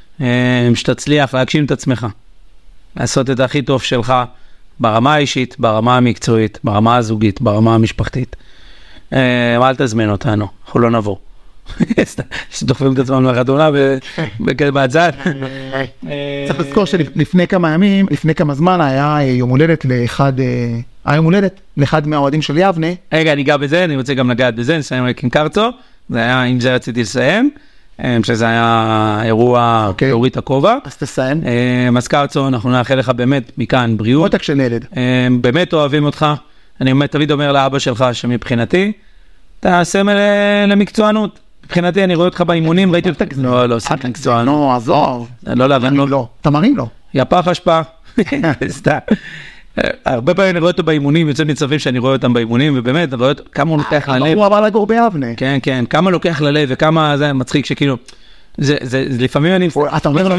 שתצליח להגשים את עצמך, לעשות את הכי טוב שלך, ברמה האישית, ברמה המקצועית, ברמה הזוגית, ברמה המשפחתית. אל תזמן אותנו, אנחנו לא נבוא. שדוחפים את עצמם לחתונה ובצד. צריך לזכור שלפני כמה ימים, לפני כמה זמן היה יום הולדת לאחד, היה יום הולדת לאחד מהאוהדים של יבנה. רגע, אני אגע בזה, אני רוצה גם לגעת בזה, נסיים רק עם קרצו, זה היה, עם זה רציתי לסיים, שזה היה אירוע תאורית הכובע. אז תסיים. אז קרצו, אנחנו נאחל לך באמת מכאן בריאות. עותק של ילד. באמת אוהבים אותך, אני תמיד אומר לאבא שלך שמבחינתי, אתה סמל למקצוענות. מבחינתי אני רואה אותך באימונים, ראיתי אותך... לא, לא, סמל מקצוענות. לא, עזוב. לא להבן, לא. לא, אתה מרים לו. יפח השפעה. סתם. הרבה פעמים אני רואה אותו באימונים, יוצא מצבים שאני רואה אותם באימונים, ובאמת, אני רואה אותו, כמה הוא לוקח ללב. הוא עבר לגור ביבנה. כן, כן, כמה לוקח ללב, וכמה זה מצחיק שכאילו... זה, זה, לפעמים אני... אתה אומר לו,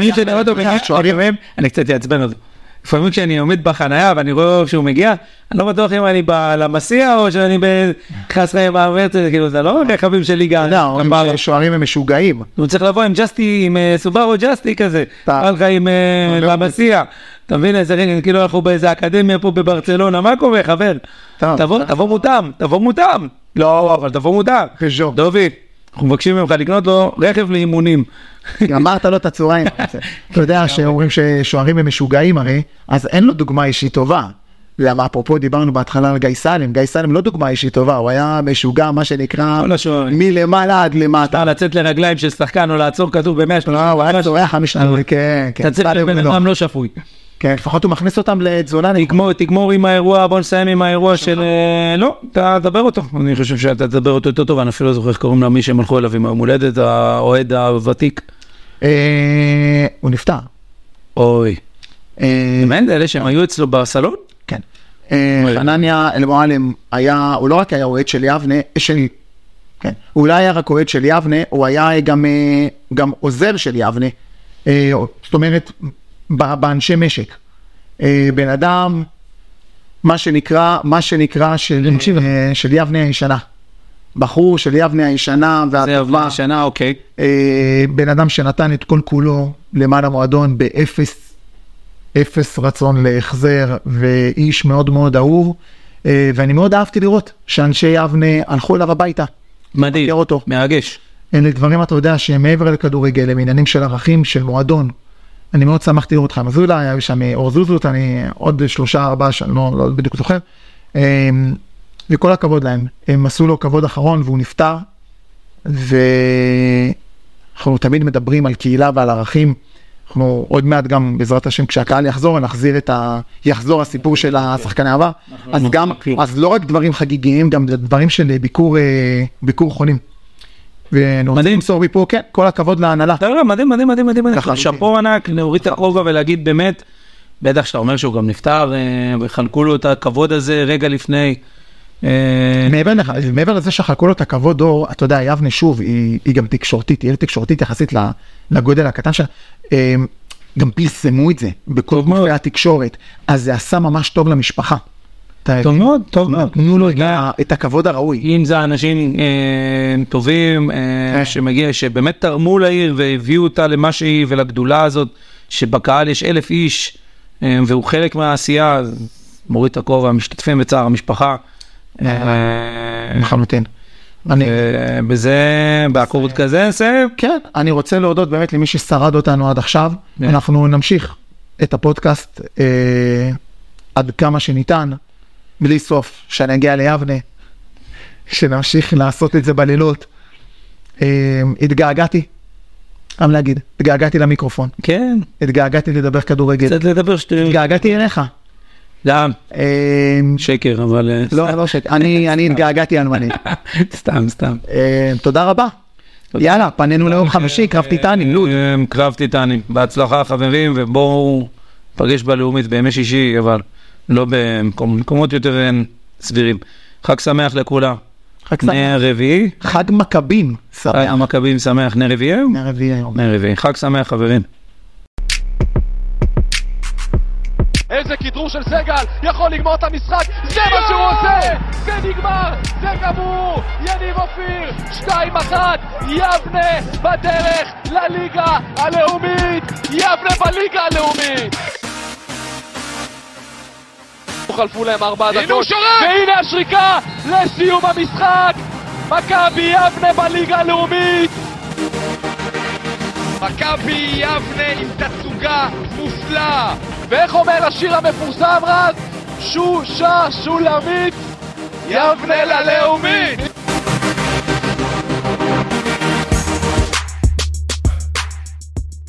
אני קצת יעצבן אותו. לפעמים כשאני עומד בחנייה ואני רואה שהוא מגיע, אני לא בטוח אם אני למסיע או שאני בחסרי מעברת, כאילו זה לא רכבים של ליגה. לא, שוערים הם משוגעים. הוא צריך לבוא עם ג'סטי, עם סובארו ג'סטי כזה, הלכה עם למסיע. אתה מבין איזה רגע, כאילו אנחנו באיזה אקדמיה פה בברצלונה, מה קורה חבר? תבוא מותם, תבוא מותם. לא, אבל תבוא מותם. דובי, אנחנו מבקשים ממך לקנות לו רכב לאימונים. אמרת לו את הצוריים. אתה יודע שאומרים ששוערים הם משוגעים הרי, אז אין לו דוגמה אישית טובה. למה אפרופו דיברנו בהתחלה על גיא סלם, גיא סלם לא דוגמה אישית טובה, הוא היה משוגע מה שנקרא מלמעלה עד למטה. לצאת לרגליים של שחקן או לעצור כדור במאה שלו. לא, הוא היה צורח המשנה, כן, כן. תצא לבן אדם לא שפוי. כן, לפחות הוא מכניס אותם לתזונה. תגמור עם האירוע, בוא נסיים עם האירוע של... לא, אתה תדבר אותו. אני חושב שאתה תדבר אותו יותר טוב, אני אפילו לא זוכר איך קוראים לה מי שהם הלכו אליו עם המולדת, האוהד הוותיק. הוא נפטר. אוי. באמת, אלה שהם היו אצלו בסלון? כן. חנניה אלמועלם היה, הוא לא רק היה אוהד של יבנה, של, כן, הוא לא היה רק אוהד של יבנה, הוא היה גם, גם עוזר של יבנה, זאת אומרת, באנשי משק. בן אדם, מה שנקרא, מה שנקרא של, של יבנה הישנה. בחור של יבנה הישנה זה יבנה הישנה, אוקיי. בן אדם שנתן את כל כולו למען המועדון באפס, אפס רצון להחזר, ואיש מאוד מאוד אהוב, ואני מאוד אהבתי לראות שאנשי יבנה הלכו אליו הביתה. מדהים, מרגש. אלה דברים, אתה יודע, שמעבר לכדורגל, הם עניינים של ערכים, של מועדון. אני מאוד שמחתי לראות אותך. מזולה, היה שם אור זוזות, אני עוד שלושה, ארבעה, שאני לא, לא בדיוק זוכר. וכל הכבוד להם. הם עשו לו כבוד אחרון, והוא נפטר. ואנחנו תמיד מדברים על קהילה ועל ערכים. אנחנו עוד מעט גם, בעזרת השם, כשהקהל יחזור, נחזיר את ה... יחזור הסיפור של השחקני העבר. אז גם, אז לא רק דברים חגיגיים, גם דברים של ביקור, ביקור חולים. ואני רוצה למסור מפה, כן, כל הכבוד להנהלה. מדהים, מדהים, מדהים, מדהים. שפו ענק, להוריד את הרוגע ולהגיד באמת, בטח שאתה אומר שהוא גם נפטר, וחלקו לו את הכבוד הזה רגע לפני. מעבר לזה שחלקו לו את הכבוד, דור, אתה יודע, יבנה שוב, היא גם תקשורתית, היא תקשורתית יחסית לגודל הקטן שלה, גם פרסמו את זה בכל גופי התקשורת, אז זה עשה ממש טוב למשפחה. טוב מאוד, טוב מאוד. תנו לו את הכבוד הראוי. אם זה אנשים טובים, שמגיע, שבאמת תרמו לעיר והביאו אותה למה שהיא ולגדולה הזאת, שבקהל יש אלף איש, והוא חלק מהעשייה, מוריד את הכובע, משתתפים בצער המשפחה. מחלוטין. בזה, בעקורות כזה, זה... כן, אני רוצה להודות באמת למי ששרד אותנו עד עכשיו. אנחנו נמשיך את הפודקאסט עד כמה שניתן. בלי סוף, שאני אגיע ליבנה, שנמשיך לעשות את זה בלילות. התגעגעתי, גם להגיד, התגעגעתי למיקרופון. כן. התגעגעתי לדבר כדורגל. קצת לדבר שטויות. התגעגעתי אליך. גם. שקר, אבל... לא, לא שקר. אני התגעגעתי על מני. סתם, סתם. תודה רבה. יאללה, פנינו ליום חמישי, קרב טיטנים, לוד. קרב טיטנים. בהצלחה, חברים, ובואו פגש בלאומית בימי שישי, אבל... לא במקומות יותר סבירים. חג שמח לכולם. נר רביעי. חג מכבים שמח. המכבים שמח. נר רביעי היום? נר רביעי היום. נר רביעי. חג שמח, חברים. איזה כדרור של סגל, יכול לגמור את המשחק, זה מה שהוא עושה! זה נגמר, זה גמור! יניב אופיר, שתיים אחת, יבנה בדרך לליגה הלאומית! יבנה בליגה הלאומית! חלפו להם ארבע דקות, והנה השריקה לסיום המשחק, מכבי יבנה בליגה הלאומית. מכבי יבנה עם תצוגה מופלאה, ואיך אומר השיר המפורסם רז? שושה שולמית, יבנה ללאומית.